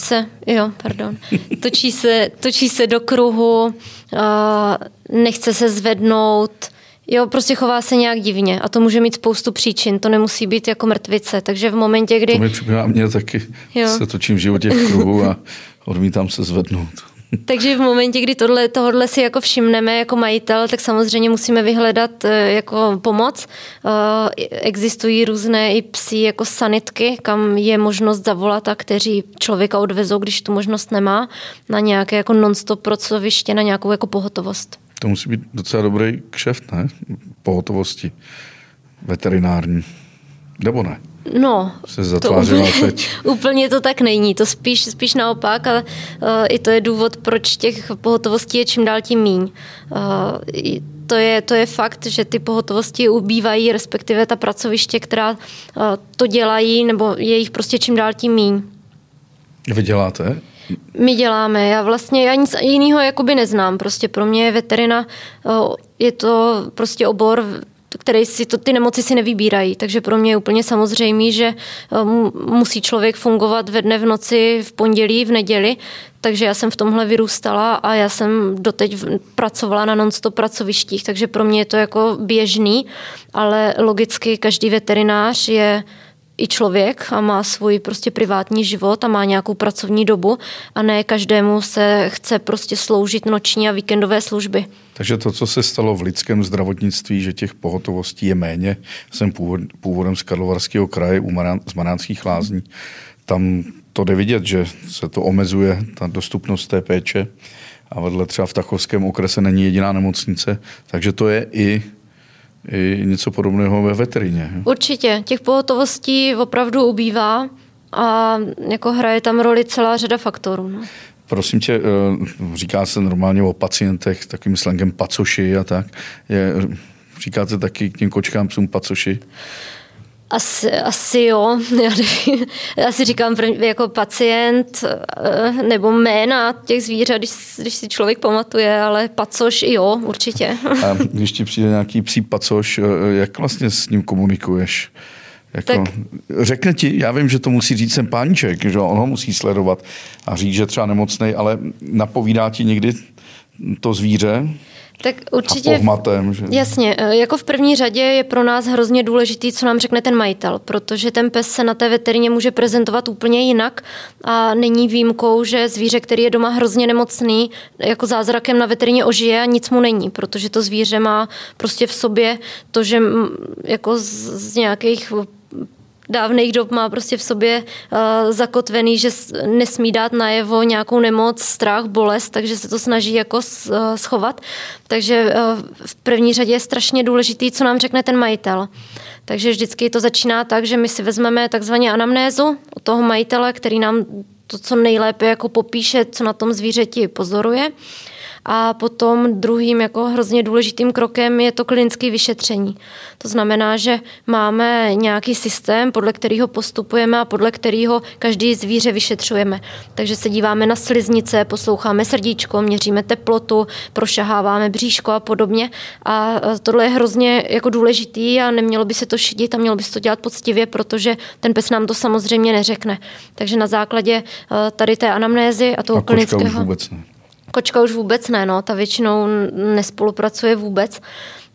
točí se do kruhu, nechce se zvednout, prostě chová se nějak divně a to může mít spoustu příčin, to nemusí být jako mrtvice, takže v momentě, kdy... To mi připomíná, mě taky se točím v životě v kruhu a odmítám se zvednout. Takže v momentě, kdy tohle si jako všimneme jako majitel, tak samozřejmě musíme vyhledat jako pomoc. Existují různé i psí jako sanitky, kam je možnost zavolat a kteří člověka odvezou, když tu možnost nemá, na nějaké jako non-stop pracoviště, na nějakou jako pohotovost. To musí být docela dobrý kšeft, ne? Pohotovosti veterinární. Nebo ne? No, to úplně to tak není. To spíš naopak a i to je důvod, proč těch pohotovostí je čím dál tím míň. To je fakt, že ty pohotovosti ubývají, respektive ta pracoviště, která to dělají, nebo je jich prostě čím dál tím míň. Vy děláte? My děláme. Já nic jiného jakoby neznám. Prostě pro mě je veterina, je to prostě obor, který ty nemoci si nevybírají. Takže pro mě je úplně samozřejmé, že musí člověk fungovat ve dne, v noci, v pondělí, v neděli. Takže já jsem v tomhle vyrůstala a já jsem doteď pracovala na non-stop pracovištích, takže pro mě je to jako běžný, ale logicky každý veterinář je i člověk a má svůj prostě privátní život a má nějakou pracovní dobu a ne každému se chce prostě sloužit noční a víkendové služby. Takže to, co se stalo v lidském zdravotnictví, že těch pohotovostí je méně, jsem původem z Karlovarského kraje z Maránských Lázní, tam to jde vidět, že se to omezuje, ta dostupnost té péče a vedle třeba v Tachovském okrese není jediná nemocnice, takže to je i něco podobného ve veterině. Určitě. Těch pohotovostí opravdu ubývá a jako hraje tam roli celá řada faktorů. No. Prosím tě, říká se normálně o pacientech takovým slangem pacoši a tak. Říkáte taky k těm kočkám, psům pacoši? Asi jo, já nevím. Já si říkám jako pacient nebo jména těch zvířat, když si člověk pamatuje, ale pacoš jo, určitě. A když ti přijde nějaký psí pacoš, jak vlastně s ním komunikuješ? Řekne ti, já vím, že to musí říct ten páníček, že on ho musí sledovat a říct, že třeba nemocnej, ale napovídá ti někdy to zvíře? Tak určitě, a pohmatem, že? Jasně, jako v první řadě je pro nás hrozně důležitý, co nám řekne ten majitel, protože ten pes se na té veterině může prezentovat úplně jinak a není výjimkou, že zvíře, který je doma hrozně nemocný, jako zázrakem na veterině ožije a nic mu není, protože to zvíře má prostě v sobě to, že jako z nějakých dávných dob má prostě v sobě zakotvený, že nesmí dát najevo nějakou nemoc, strach, bolest, takže se to snaží jako schovat. Takže v první řadě je strašně důležitý, co nám řekne ten majitel. Takže vždycky to začíná tak, že my si vezmeme takzvaně anamnézu od toho majitele, který nám to co nejlépe jako popíše, co na tom zvířeti pozoruje. A potom druhým jako hrozně důležitým krokem je to klinické vyšetření. To znamená, že máme nějaký systém, podle kterého postupujeme a podle kterého každý zvíře vyšetřujeme. Takže se díváme na sliznice, posloucháme srdíčko, měříme teplotu, prošaháváme bříško a podobně. A tohle je hrozně jako důležitý a nemělo by se to šidit a mělo by se to dělat poctivě, protože ten pes nám to samozřejmě neřekne. Takže na základě tady té anamnézy a toho klinického... Už vůbec ne. Kočka už vůbec ne, no, ta většinou nespolupracuje vůbec.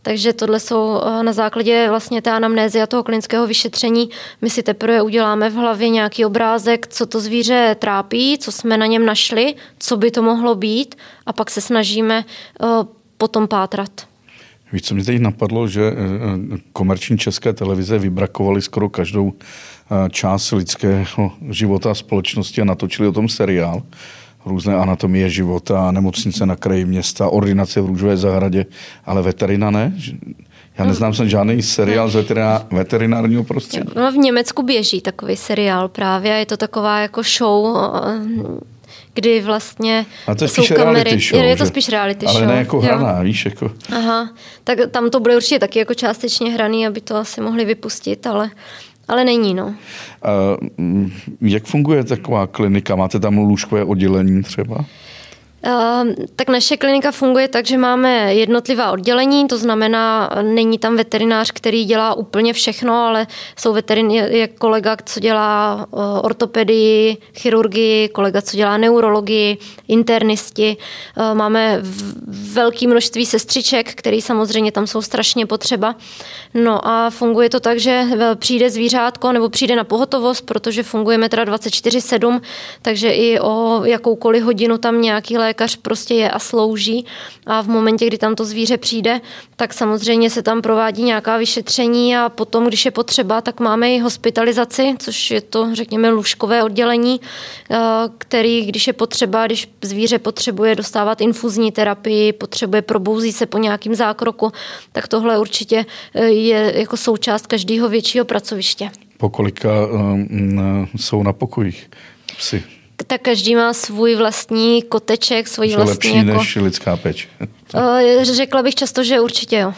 Takže tohle jsou na základě vlastně té anamnézy a toho klinického vyšetření. My si teprve uděláme v hlavě nějaký obrázek, co to zvíře trápí, co jsme na něm našli, co by to mohlo být a pak se snažíme potom pátrat. Víš, co mi teď napadlo, že komerční české televize vybrakovaly skoro každou část lidského života a společnosti a natočili o tom seriál. Různé anatomie života, nemocnice na kraji města, ordinace v Růžové zahradě, ale veterina ne? Já neznám jsem žádný seriál z veterinárního prostředí. No, v Německu běží takový seriál právě, je to taková jako show, kdy vlastně a to je jsou spíš kamery. Reality show, je to spíš reality show. Ale ne jako hraná, víš, jako. Aha, tak tam to bude určitě taky jako částečně hraný, aby to asi mohli vypustit, ale není, no. Jak funguje taková klinika? Máte tam lůžkové oddělení třeba? Tak naše klinika funguje tak, že máme jednotlivá oddělení, to znamená, není tam veterinář, který dělá úplně všechno, ale jsou je kolega, co dělá ortopedii, chirurgii, kolega, co dělá neurologii, internisti. Máme velké množství sestřiček, který samozřejmě tam jsou strašně potřeba. No a funguje to tak, že přijde zvířátko nebo přijde na pohotovost, protože fungujeme teda 24/7, takže i o jakoukoliv hodinu tam nějaký lékař prostě je a slouží a v momentě, kdy tam to zvíře přijde, tak samozřejmě se tam provádí nějaká vyšetření a potom, když je potřeba, tak máme i hospitalizaci, což je to, řekněme, lůžkové oddělení, který, když je potřeba, když zvíře potřebuje dostávat infuzní terapii, probouzí se po nějakým zákroku, tak tohle určitě je jako součást každého většího pracoviště. Po kolika jsou na pokojích psy? Tak každý má svůj vlastní koteček, svůj vlastní... Lepší než lidská péče. Řekla bych často, že určitě jo.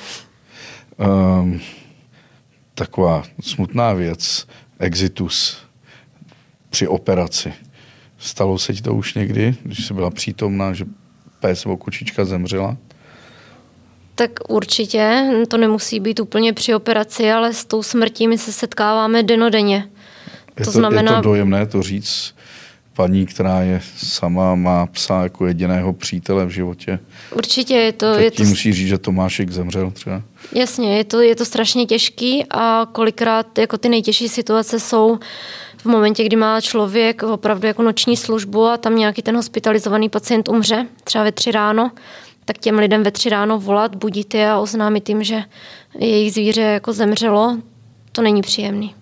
Taková smutná věc, exitus při operaci. Stalo se ti to už někdy, když jsi byla přítomná, že pes nebo kočička zemřela? Tak určitě, to nemusí být úplně při operaci, ale s tou smrtí my se setkáváme dennodenně. Je to dojemné to říct paní, která je sama, má psa jako jediného přítele v životě. Určitě je to... Teď musí říct, že Tomášek zemřel třeba. Jasně, je to strašně těžký a kolikrát jako ty nejtěžší situace jsou v momentě, kdy má člověk opravdu jako noční službu a tam nějaký ten hospitalizovaný pacient umře, třeba ve 3 ráno, tak těm lidem ve 3 ráno volat, budit je a oznámit jim, že jejich zvíře jako zemřelo, to není příjemný.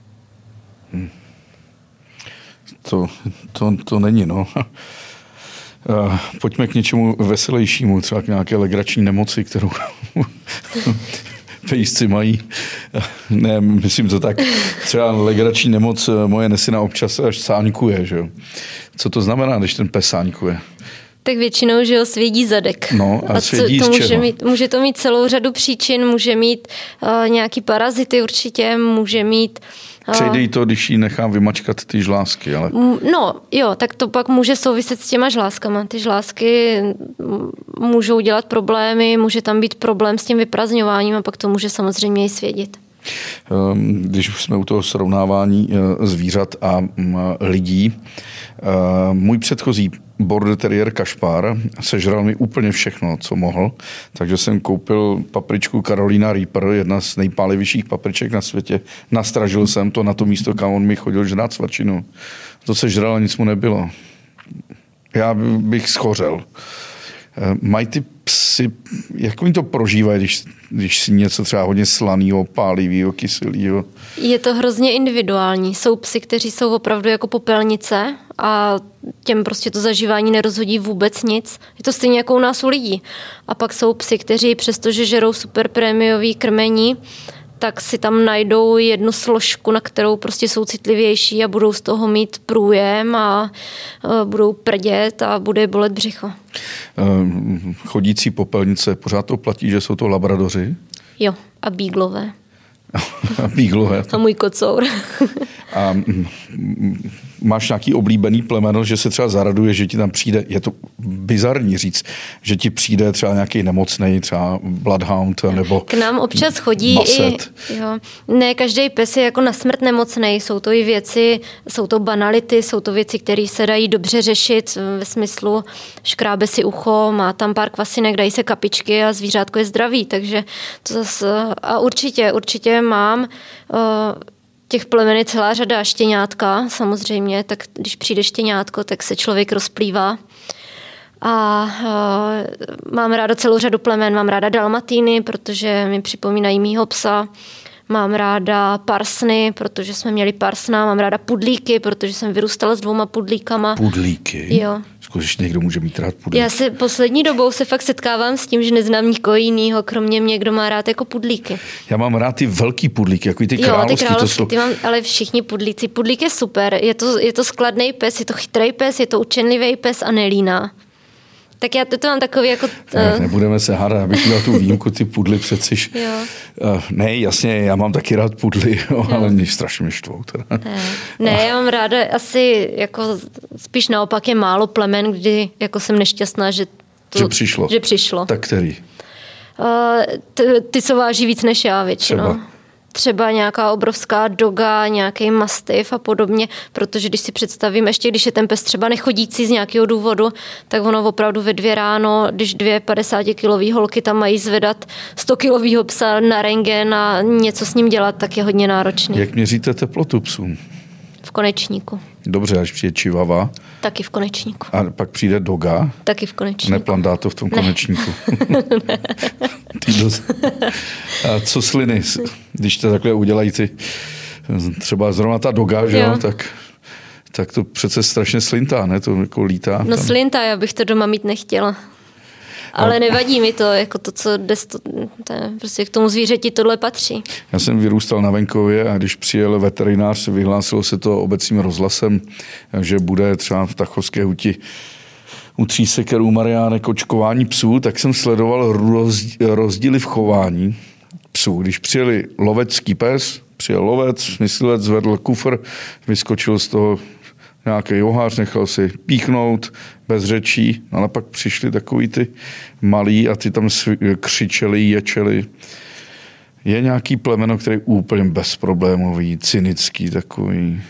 To není, no. Pojďme k něčemu veselějšímu, třeba k nějaké legrační nemoci, kterou pejsci mají. Ne, myslím to tak. Třeba legrační nemoc moje Nesina občas až sáňkuje, že jo. Co to znamená, když ten pes sáňkuje? Tak většinou, že ho svědí zadek. No a svědí to z čeho? může to mít celou řadu příčin, může mít nějaký parazity určitě, může mít... Přejde jí to, když jí nechám vymačkat ty žlázky, ale... No jo, tak to pak může souviset s těma žlázkama. Ty žlázky můžou dělat problémy, může tam být problém s tím vyprazňováním a pak to může samozřejmě i svědit. Když už jsme u toho srovnávání zvířat a lidí, můj předchozí border terrier Kašpar sežral mi úplně všechno, co mohl, takže jsem koupil papričku Carolina Reaper, jedna z nejpálivějších papriček na světě. Nastražil jsem to na to místo, kam on mi chodil žrát svačinu. To sežral a nic mu nebylo. Já bych schořel. Mají ty psy, jak oni to prožívají, když si něco třeba hodně slanýho, pálivýho, kyselýho? Je to hrozně individuální. Jsou psy, kteří jsou opravdu jako popelnice a těm prostě to zažívání nerozhodí vůbec nic. Je to stejně jako u nás u lidí. A pak jsou psy, kteří přestože žerou super prémiový krmení, tak si tam najdou jednu složku, na kterou prostě jsou citlivější a budou z toho mít průjem a budou prdět a bude bolet břicho. Chodící popelnice, pořád to platí, že jsou to labradoři? Jo, a bíglové. A můj kocour. A máš nějaký oblíbený plemeno, že se třeba zaraduje, že ti tam přijde, je to bizarní říct, že ti přijde třeba nějaký nemocnej, třeba bloodhound nebo k nám občas chodí maset. Ne, každý pes je jako na smrt nemocnej, jsou to i věci, jsou to banality, jsou to věci, které se dají dobře řešit ve smyslu škrábe si ucho, má tam pár kvasinek, dají se kapičky a zvířátko je zdravý, takže to zase, a určitě mám těch plemen je celá řada, štěňátka samozřejmě, tak když přijde štěňátko, tak se člověk rozplývá. A mám ráda celou řadu plemen, mám ráda dalmatíny, protože mi připomínají mýho psa. Mám ráda parsny, protože jsme měli parsna, mám ráda pudlíky, protože jsem vyrůstala s 2 pudlíkama. Pudlíky? Jo. Skutečně někdo může mít rád pudlíky. Já se poslední dobou se fakt setkávám s tím, že neznám nikoho jinýho, kromě mě, kdo má rád jako pudlíky. Já mám rád ty velký pudlíky, jako ty královský. Jo, ty královský, ty mám, ale všichni pudlíci. Pudlík je super, je to skladný pes, je to chytrý pes, je to učenlivý pes a nelíná. Tak já to mám takový jako... Nebudeme se hádat, abych měl tu výjimku, ty pudly přeciž. Ne, jasně, já mám taky rád pudly, ale mě strašně štvou. Ne, já mám ráda asi jako spíš naopak je málo plemen, kdy jako jsem nešťastná, že přišlo. Tak který? Ty, co váží víc než já většinou. Třeba nějaká obrovská doga, nějaký mastiff a podobně, protože když si představím, ještě když je ten pes třeba nechodící z nějakého důvodu, tak ono opravdu ve 2 ráno, když 2 50-kilový holky tam mají zvedat 100-kilovýho psa na rentgen a něco s ním dělat, tak je hodně náročný. Jak měříte teplotu psům? V konečníku. Dobře, až přijde čivava. Taky v konečníku. A pak přijde doga. Taky v konečníku. Neplandá to v tom konečníku. A co sliny? Když to takhle udělají ty, třeba zrovna ta doga, že jo? Tak to přece strašně slintá, ne? To jako lítá. No slintá, já bych to doma mít nechtěla. Ale nevadí mi to, jako to, co prostě k tomu zvířeti tohle patří. Já jsem vyrůstal na venkově a když přijel veterinář, vyhlásilo se to obecním rozhlasem, že bude třeba v Tachovské huti u 3 sekerů Mariánek očkování psů, tak jsem sledoval rozdíly v chování psů. Když přijeli lovecký pes, přijel lovec, myslivec, zvedl kufr, vyskočil z toho nějaký johář, nechal si píchnout bez řečí, ale pak přišli takový ty malí a ty tam křičeli, ječeli. Je nějaký plemeno, který je úplně bezproblémový, cynický takový?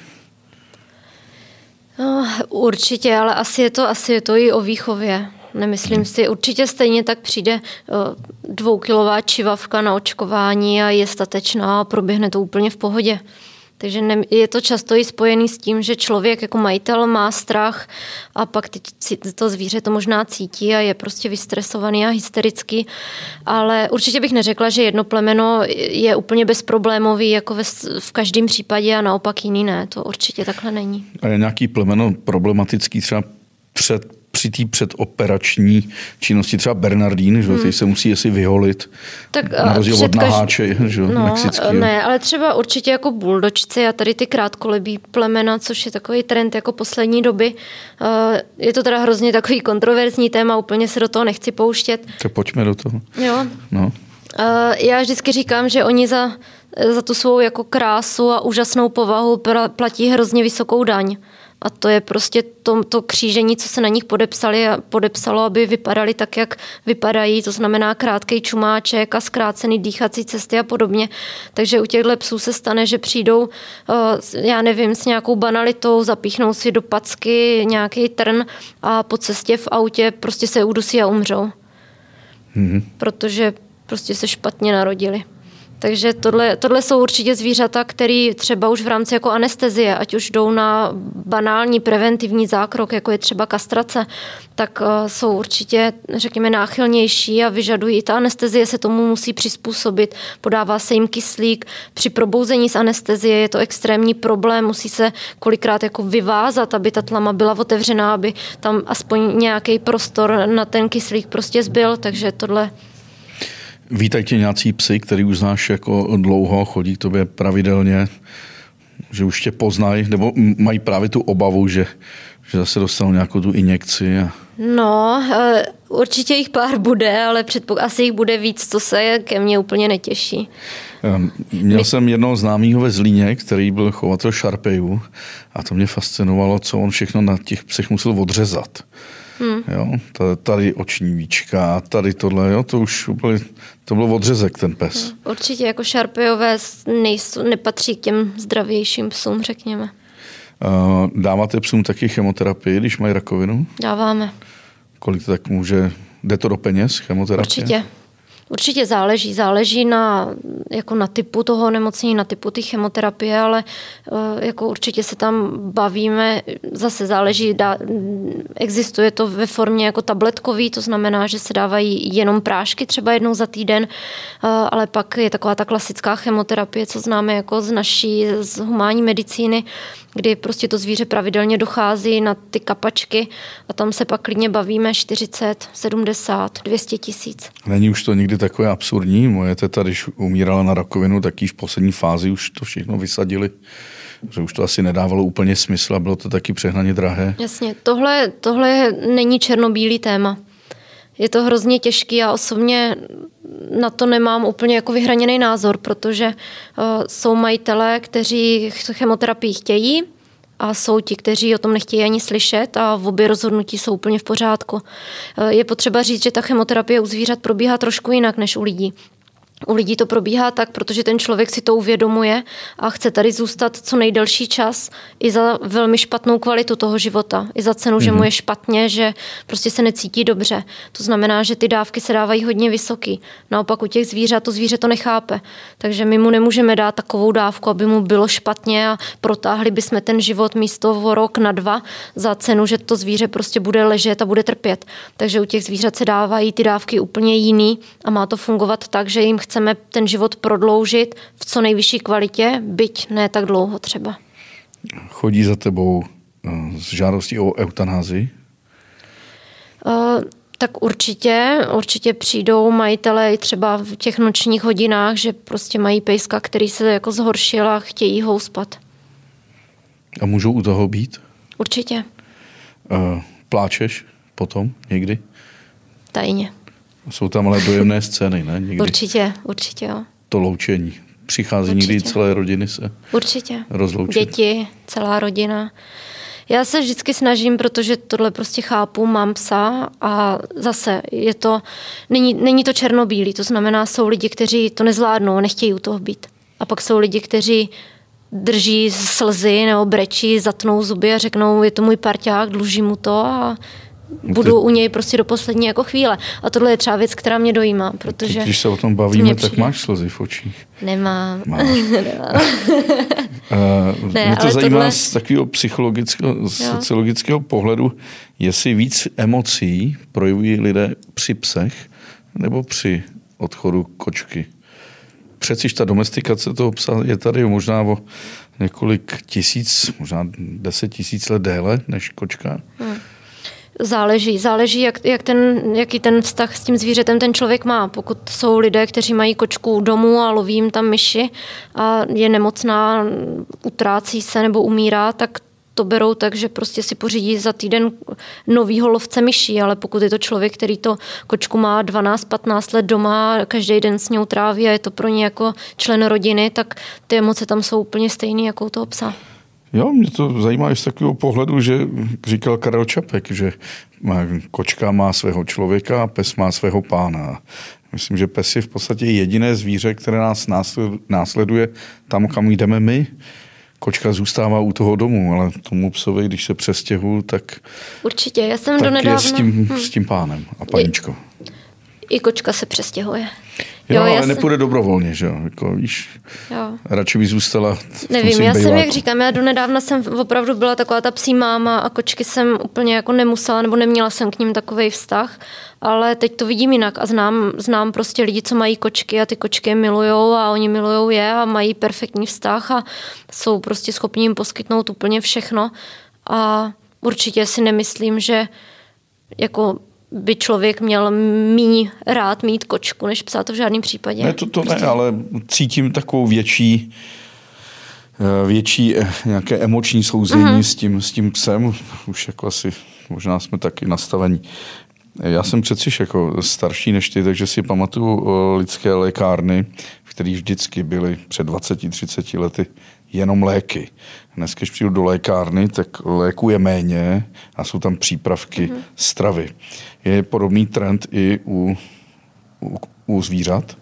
No, určitě, ale asi je to i o výchově. Nemyslím si, určitě stejně tak přijde 2kilová čivavka na očkování a je statečná a proběhne to úplně v pohodě. Takže je to často i spojený s tím, že člověk jako majitel má strach a pak to zvíře to možná cítí a je prostě vystresovaný a hysterický. Ale určitě bych neřekla, že jedno plemeno je úplně bezproblémový jako v každém případě a naopak jiný ne. To určitě takhle není. A je nějaký plemeno problematický třeba při té předoperační činnosti, třeba Bernardín, že teď se musí asi vyholit, tak na rozdíl od naháče, že mexický. Ne, ale třeba určitě jako buldočci a tady ty krátkolebý plemena, což je takový trend jako poslední doby. Je to teda hrozně takový kontroverzní téma, úplně se do toho nechci pouštět. Tak pojďme do toho. Jo. No. Já vždycky říkám, že oni za tu svou jako krásu a úžasnou povahu platí hrozně vysokou daň. A to je prostě to křížení, co se na nich podepsalo, aby vypadali tak, jak vypadají. To znamená krátkej čumáček a zkrácený dýchací cesty a podobně. Takže u těchto psů se stane, že přijdou, já nevím, s nějakou banalitou, zapíchnou si do packy nějaký trn a po cestě v autě prostě se udusí a umřou. Protože prostě se špatně narodili. Takže tohle jsou určitě zvířata, které třeba už v rámci jako anestezie, ať už jdou na banální preventivní zákrok, jako je třeba kastrace, tak jsou určitě, řekněme, náchylnější a vyžadují. I ta anestezie se tomu musí přizpůsobit. Podává se jim kyslík. Při probouzení z anestezie je to extrémní problém. Musí se kolikrát jako vyvázat, aby ta tlama byla otevřená, aby tam aspoň nějaký prostor na ten kyslík prostě zbyl. Takže tohle... Vítají tě nějací psy, který už znáš jako dlouho, chodí k tobě pravidelně, že už tě poznají, nebo mají právě tu obavu, že zase dostanou nějakou tu injekci? No, určitě jich pár bude, ale asi jich bude víc, co se ke mně úplně netěší. Měl jsem jednoho známýho ve Zlíně, který byl chovatel šarpejů a to mě fascinovalo, co on všechno na těch psech musel odřezat. Jo, tady oční víčka, tady tohle, jo, to bylo odřezek ten pes. Určitě jako šarpejové nepatří k těm zdravějším psům, řekněme. Dáváte psům taky chemoterapii, když mají rakovinu? Dáváme. Kolik to tak může, jde to do peněz, chemoterapie? Určitě záleží na typu toho onemocnění, na typu té chemoterapie, ale jako určitě se tam bavíme, zase záleží, existuje to ve formě jako tabletkový, to znamená, že se dávají jenom prášky třeba jednou za týden, ale pak je taková ta klasická chemoterapie, co známe jako z humánní medicíny, kdy prostě to zvíře pravidelně dochází na ty kapačky a tam se pak klidně bavíme 40, 70, 200 tisíc. Není už to nikdy takové absurdní? Moje teta, když umírala na rakovinu, tak jí v poslední fázi už to všechno vysadili, že už to asi nedávalo úplně smysl a bylo to taky přehnaně drahé. Jasně, tohle není černobílý téma. Je to hrozně těžký, já osobně na to nemám úplně jako vyhraněný názor, protože jsou majitelé, kteří chemoterapii chtějí a jsou ti, kteří o tom nechtějí ani slyšet a v obě rozhodnutí jsou úplně v pořádku. Je potřeba říct, že ta chemoterapie u zvířat probíhá trošku jinak než u lidí. U lidí to probíhá tak, protože ten člověk si to uvědomuje a chce tady zůstat co nejdelší čas i za velmi špatnou kvalitu toho života. I za cenu, že mu je špatně, že prostě se necítí dobře. To znamená, že ty dávky se dávají hodně vysoký. Naopak u těch zvířat to zvíře to nechápe. Takže my mu nemůžeme dát takovou dávku, aby mu bylo špatně a protáhli bychom ten život místo o rok na 2 za cenu, že to zvíře prostě bude ležet a bude trpět. Takže u těch zvířat se dávají ty dávky úplně jiný a má to fungovat tak, že jim chceme ten život prodloužit v co nejvyšší kvalitě, byť ne tak dlouho třeba. Chodí za tebou s žádostí o eutanázii? Tak určitě přijdou majitelé třeba v těch nočních hodinách, že prostě mají pejska, který se jako zhoršil a chtějí ho uspat. A můžou u toho být? Určitě. Pláčeš potom někdy? Tajně. Jsou tam ale dojemné scény, ne? Někdy. Určitě, jo. To loučení. Přichází někdy celé rodiny se rozloučit. Děti, celá rodina. Já se vždycky snažím, protože tohle prostě chápu, mám psa a zase není to černobílý, to znamená, jsou lidi, kteří to nezvládnou, nechtějí u toho být. A pak jsou lidi, kteří drží slzy nebo brečí, zatnou zuby a řeknou, je to můj parťák, dlužím mu to a budu u něj prostě do poslední jako chvíle. A tohle je třeba věc, která mě dojímá, protože... Když se o tom bavíme, tak máš slzy v očích. Nemám. Mě to zajímá z takového psychologického, sociologického pohledu, jestli víc emocí projevují lidé při psech nebo při odchodu kočky. Přeci ta domestikace toho psa je tady možná o několik tisíc, možná 10 000 let déle než kočka. Záleží, jaký ten vztah s tím zvířetem ten člověk má. Pokud jsou lidé, kteří mají kočku domů a loví jim tam myši a je nemocná, utrácí se nebo umírá, tak to berou tak, že prostě si pořídí za týden novýho lovce myší, ale pokud je to člověk, který to kočku má 12-15 let doma, každý den s ňou tráví a je to pro ně jako člen rodiny, tak ty emoce tam jsou úplně stejný jako u toho psa. Jo, mě to zajímá i z takového pohledu, že říkal Karel Čapek, že kočka má svého člověka a pes má svého pána. Myslím, že pes je v podstatě jediné zvíře, které nás následuje tam, kam jdeme my. Kočka zůstává u toho domu, ale tomu psovi, když se přestěhuju, tak... Určitě, já jsem tak donedávna... je s tím pánem a paničkou. I kočka se přestěhuje. Jo, ale nepůjde dobrovolně, že jo? Jako, víš, radši by zůstala. Nevím, já jsem, jak říkám, já donedávna jsem opravdu byla taková ta psí máma a kočky jsem úplně jako nemusela, nebo neměla jsem k ním takovej vztah, ale teď to vidím jinak a znám prostě lidi, co mají kočky a ty kočky je milujou a oni milujou je a mají perfektní vztah a jsou prostě schopni jim poskytnout úplně všechno a určitě si nemyslím, že jako by člověk měl míň rád mít kočku, než psa, to v žádném případě. Ne, to ne, ale cítím takovou větší nějaké emoční souzení s tím psem. Už jako asi možná jsme taky nastavení. Já jsem přeci jako starší než ty, takže si pamatuju lidské lékárny které vždycky byly před 20-30 lety jenom léky. Dnes, když přijdu do lékárny, tak léků je méně a jsou tam přípravky stravy. Je podobný trend i u zvířat?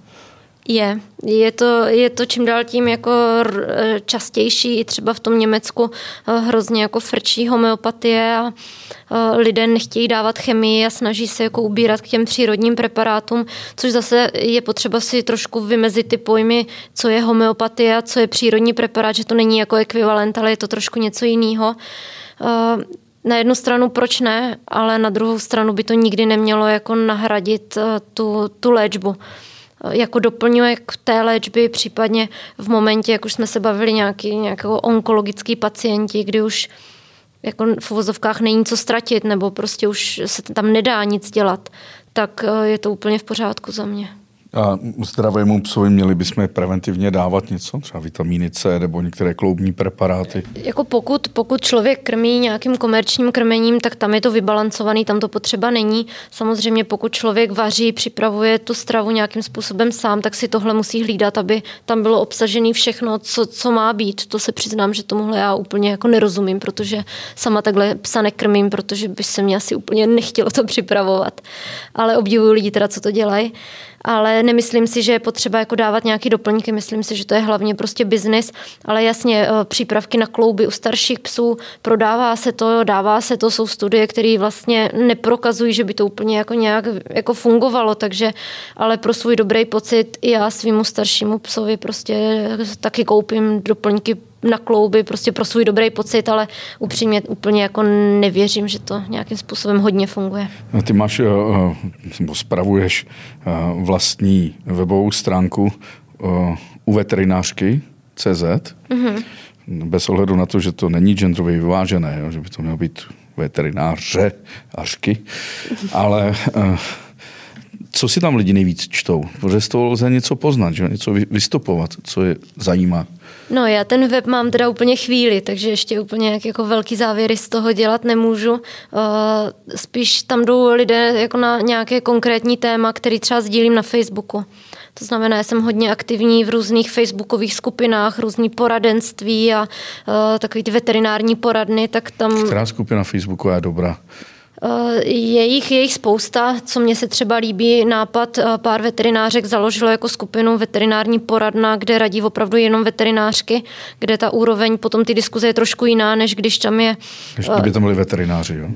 Je to čím dál tím jako častější, i třeba v tom Německu hrozně jako frčí homeopatie a lidé nechtějí dávat chemii a snaží se jako ubírat k těm přírodním preparátům, což zase je potřeba si trošku vymezit ty pojmy, co je homeopatie a co je přírodní preparát, že to není jako ekvivalent, ale je to trošku něco jiného. Na jednu stranu proč ne, ale na druhou stranu by to nikdy nemělo jako nahradit tu léčbu. Jako doplňuje k té léčby, případně v momentě, jak už jsme se bavili nějakého onkologický pacienti, kdy už jako v uvozovkách není co ztratit, nebo prostě už se tam nedá nic dělat, tak je to úplně v pořádku za mě. A zdravému psovi měli bychom preventivně dávat něco? Třeba vitamíny C nebo některé kloubní preparáty? Jako pokud člověk krmí nějakým komerčním krmením, tak tam je to vybalancovaný, tam to potřeba není. Samozřejmě pokud člověk vaří, připravuje tu stravu nějakým způsobem sám, tak si tohle musí hlídat, aby tam bylo obsažené všechno, co má být. To se přiznám, že tomuhle já úplně jako nerozumím, protože sama takhle psa nekrmím, protože by se mě asi úplně nechtělo to připravovat. Ale obdivuju lidi teda, co to dělají. Ale nemyslím si, že je potřeba jako dávat nějaký doplňky, myslím si, že to je hlavně prostě biznis, ale jasně přípravky na klouby u starších psů, dává se to, jsou studie, které vlastně neprokazují, že by to úplně jako nějak jako fungovalo, takže ale pro svůj dobrý pocit i já svýmu staršímu psovi prostě taky koupím doplňky na klouby, prostě pro svůj dobrý pocit, ale upřímně úplně jako nevěřím, že to nějakým způsobem hodně funguje. Ty máš, spravuješ vlastní webovou stránku u veterinářky CZ, bez ohledu na to, že to není genderově vyvážené, že by to mělo být veterináře, ařky, ale co si tam lidi nejvíc čtou? Protože z toho lze něco poznat, že? Něco vystopovat, co je zajímá. No já ten web mám teda úplně chvíli, takže ještě úplně jako velký závěry z toho dělat nemůžu. Spíš tam jdou lidé jako na nějaké konkrétní téma, který třeba sdílím na Facebooku. To znamená, že jsem hodně aktivní v různých facebookových skupinách, různý poradenství a takový ty veterinární poradny, tak tam... Která skupina Facebooku je dobrá? Je jich spousta, co mně se třeba líbí, nápad pár veterinářek založilo jako skupinu veterinární poradna, kde radí opravdu jenom veterinářky, kde ta úroveň potom ty diskuze je trošku jiná, než když tam je... Než kdyby tam byli veterináři, jo?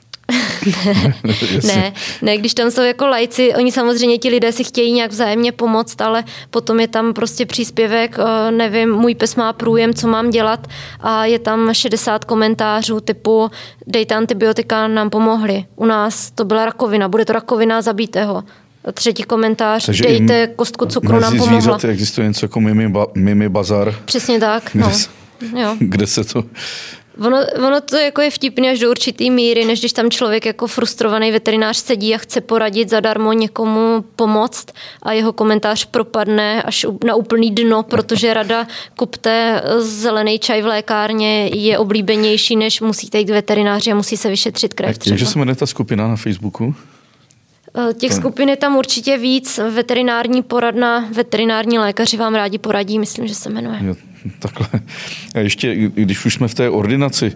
Ne, když tam jsou jako lajci, oni samozřejmě ti lidé si chtějí nějak vzájemně pomoct, ale potom je tam prostě příspěvek, nevím, můj pes má průjem, co mám dělat a je tam 60 komentářů typu dejte antibiotika, nám pomohli. U nás to byla rakovina, bude to rakovina, zabijte ho. Třetí komentář, takže dejte kostku cukru, nám pomohla. Mezi zvířaty existuje něco jako mimi bazar. Přesně tak, no. Kde se to... Ono to jako je vtipný až do určitý míry, než když tam člověk jako frustrovaný veterinář sedí a chce poradit zadarmo někomu pomoct a jeho komentář propadne až na úplný dno, protože rada kupte zelený čaj v lékárně je oblíbenější, než musíte jít k veterináři a musí se vyšetřit krev. Takže se jmenuje ta skupina na Facebooku? Těch skupin je tam určitě víc. Veterinární poradna, veterinární lékaři vám rádi poradí, myslím, že se jmenuje. Jo, takhle. A ještě, když už jsme v té ordinaci,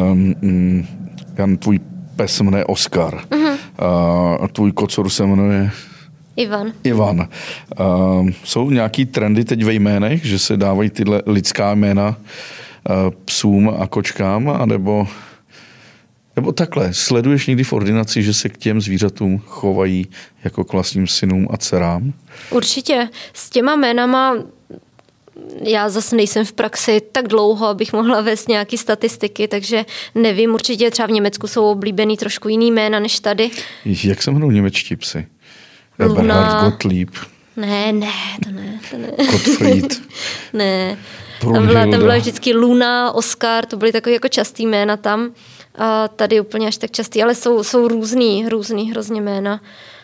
Jan, tvůj pes se jmenuje Oskar. A tvůj kocor se jmenuje... Ivan. Jsou nějaký trendy teď ve jménech, že se dávají tyhle lidská jména psům a kočkám, anebo takhle, sleduješ někdy v ordinaci, že se k těm zvířatům chovají jako k vlastním synům a dcerám? Určitě. S těma jménama já zase nejsem v praxi tak dlouho, abych mohla vést nějaké statistiky, takže nevím, určitě třeba v Německu jsou oblíbený trošku jiný jména než tady. Jak se jmenují němečtí psy? Luna. Gottlieb. Ne, to ne. Gottfried. Ne. Tam byla vždycky Luna, Oskar, to byly takové jako častý jména tam. A tady úplně až tak častý, ale jsou různý hrozně jména.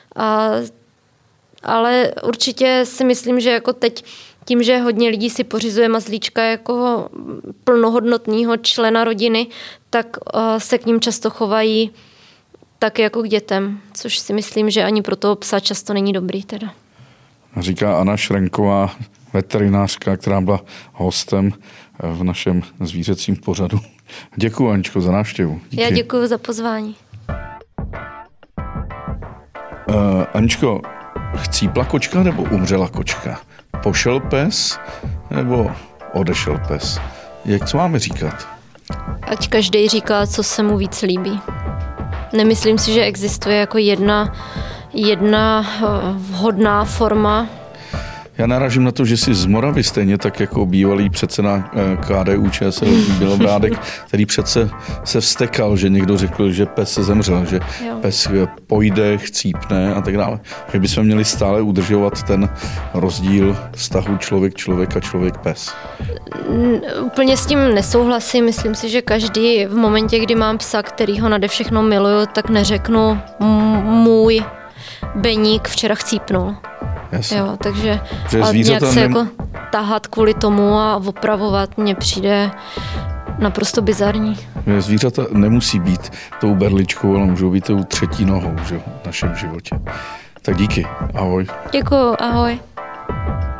Ale určitě si myslím, že jako teď tím, že hodně lidí si pořizuje mazlíčka jako plnohodnotného člena rodiny, tak se k ním často chovají tak jako k dětem, což si myslím, že ani pro toho psa často není dobrý teda. Říká Anna Šrenková, veterinářka, která byla hostem v našem zvířecím pořadu. Děkuji, Aničko, za návštěvu. Díky. Já děkuji za pozvání. Aničko, chcípla kočka nebo umřela kočka? Pošel pes nebo odešel pes? Co máme říkat? Ať každý říká, co se mu víc líbí. Nemyslím si, že existuje jako jedna vhodná forma. Já narážím na to, že jsi z Moravy, stejně tak jako bývalý předseda KDU-ČSL Bělobrádek, který přece se vztekal, že někdo řekl, že pes se zemřel, že pes pojde, chcípne a tak dále. Že bychom měli stále udržovat ten rozdíl vztahu člověk a člověk-pes. Úplně s tím nesouhlasím. Myslím si, že každý v momentě, kdy mám psa, který ho nade všechno miluju, tak neřeknu můj Beník včera chcípnul. Jasně. Jo, takže nějak se jako tahat kvůli tomu a opravovat mně přijde naprosto bizarní. Zvířata nemusí být tou berličkou, ale můžou být tou třetí nohou, že, v našem životě. Tak díky, ahoj. Děkuju, ahoj.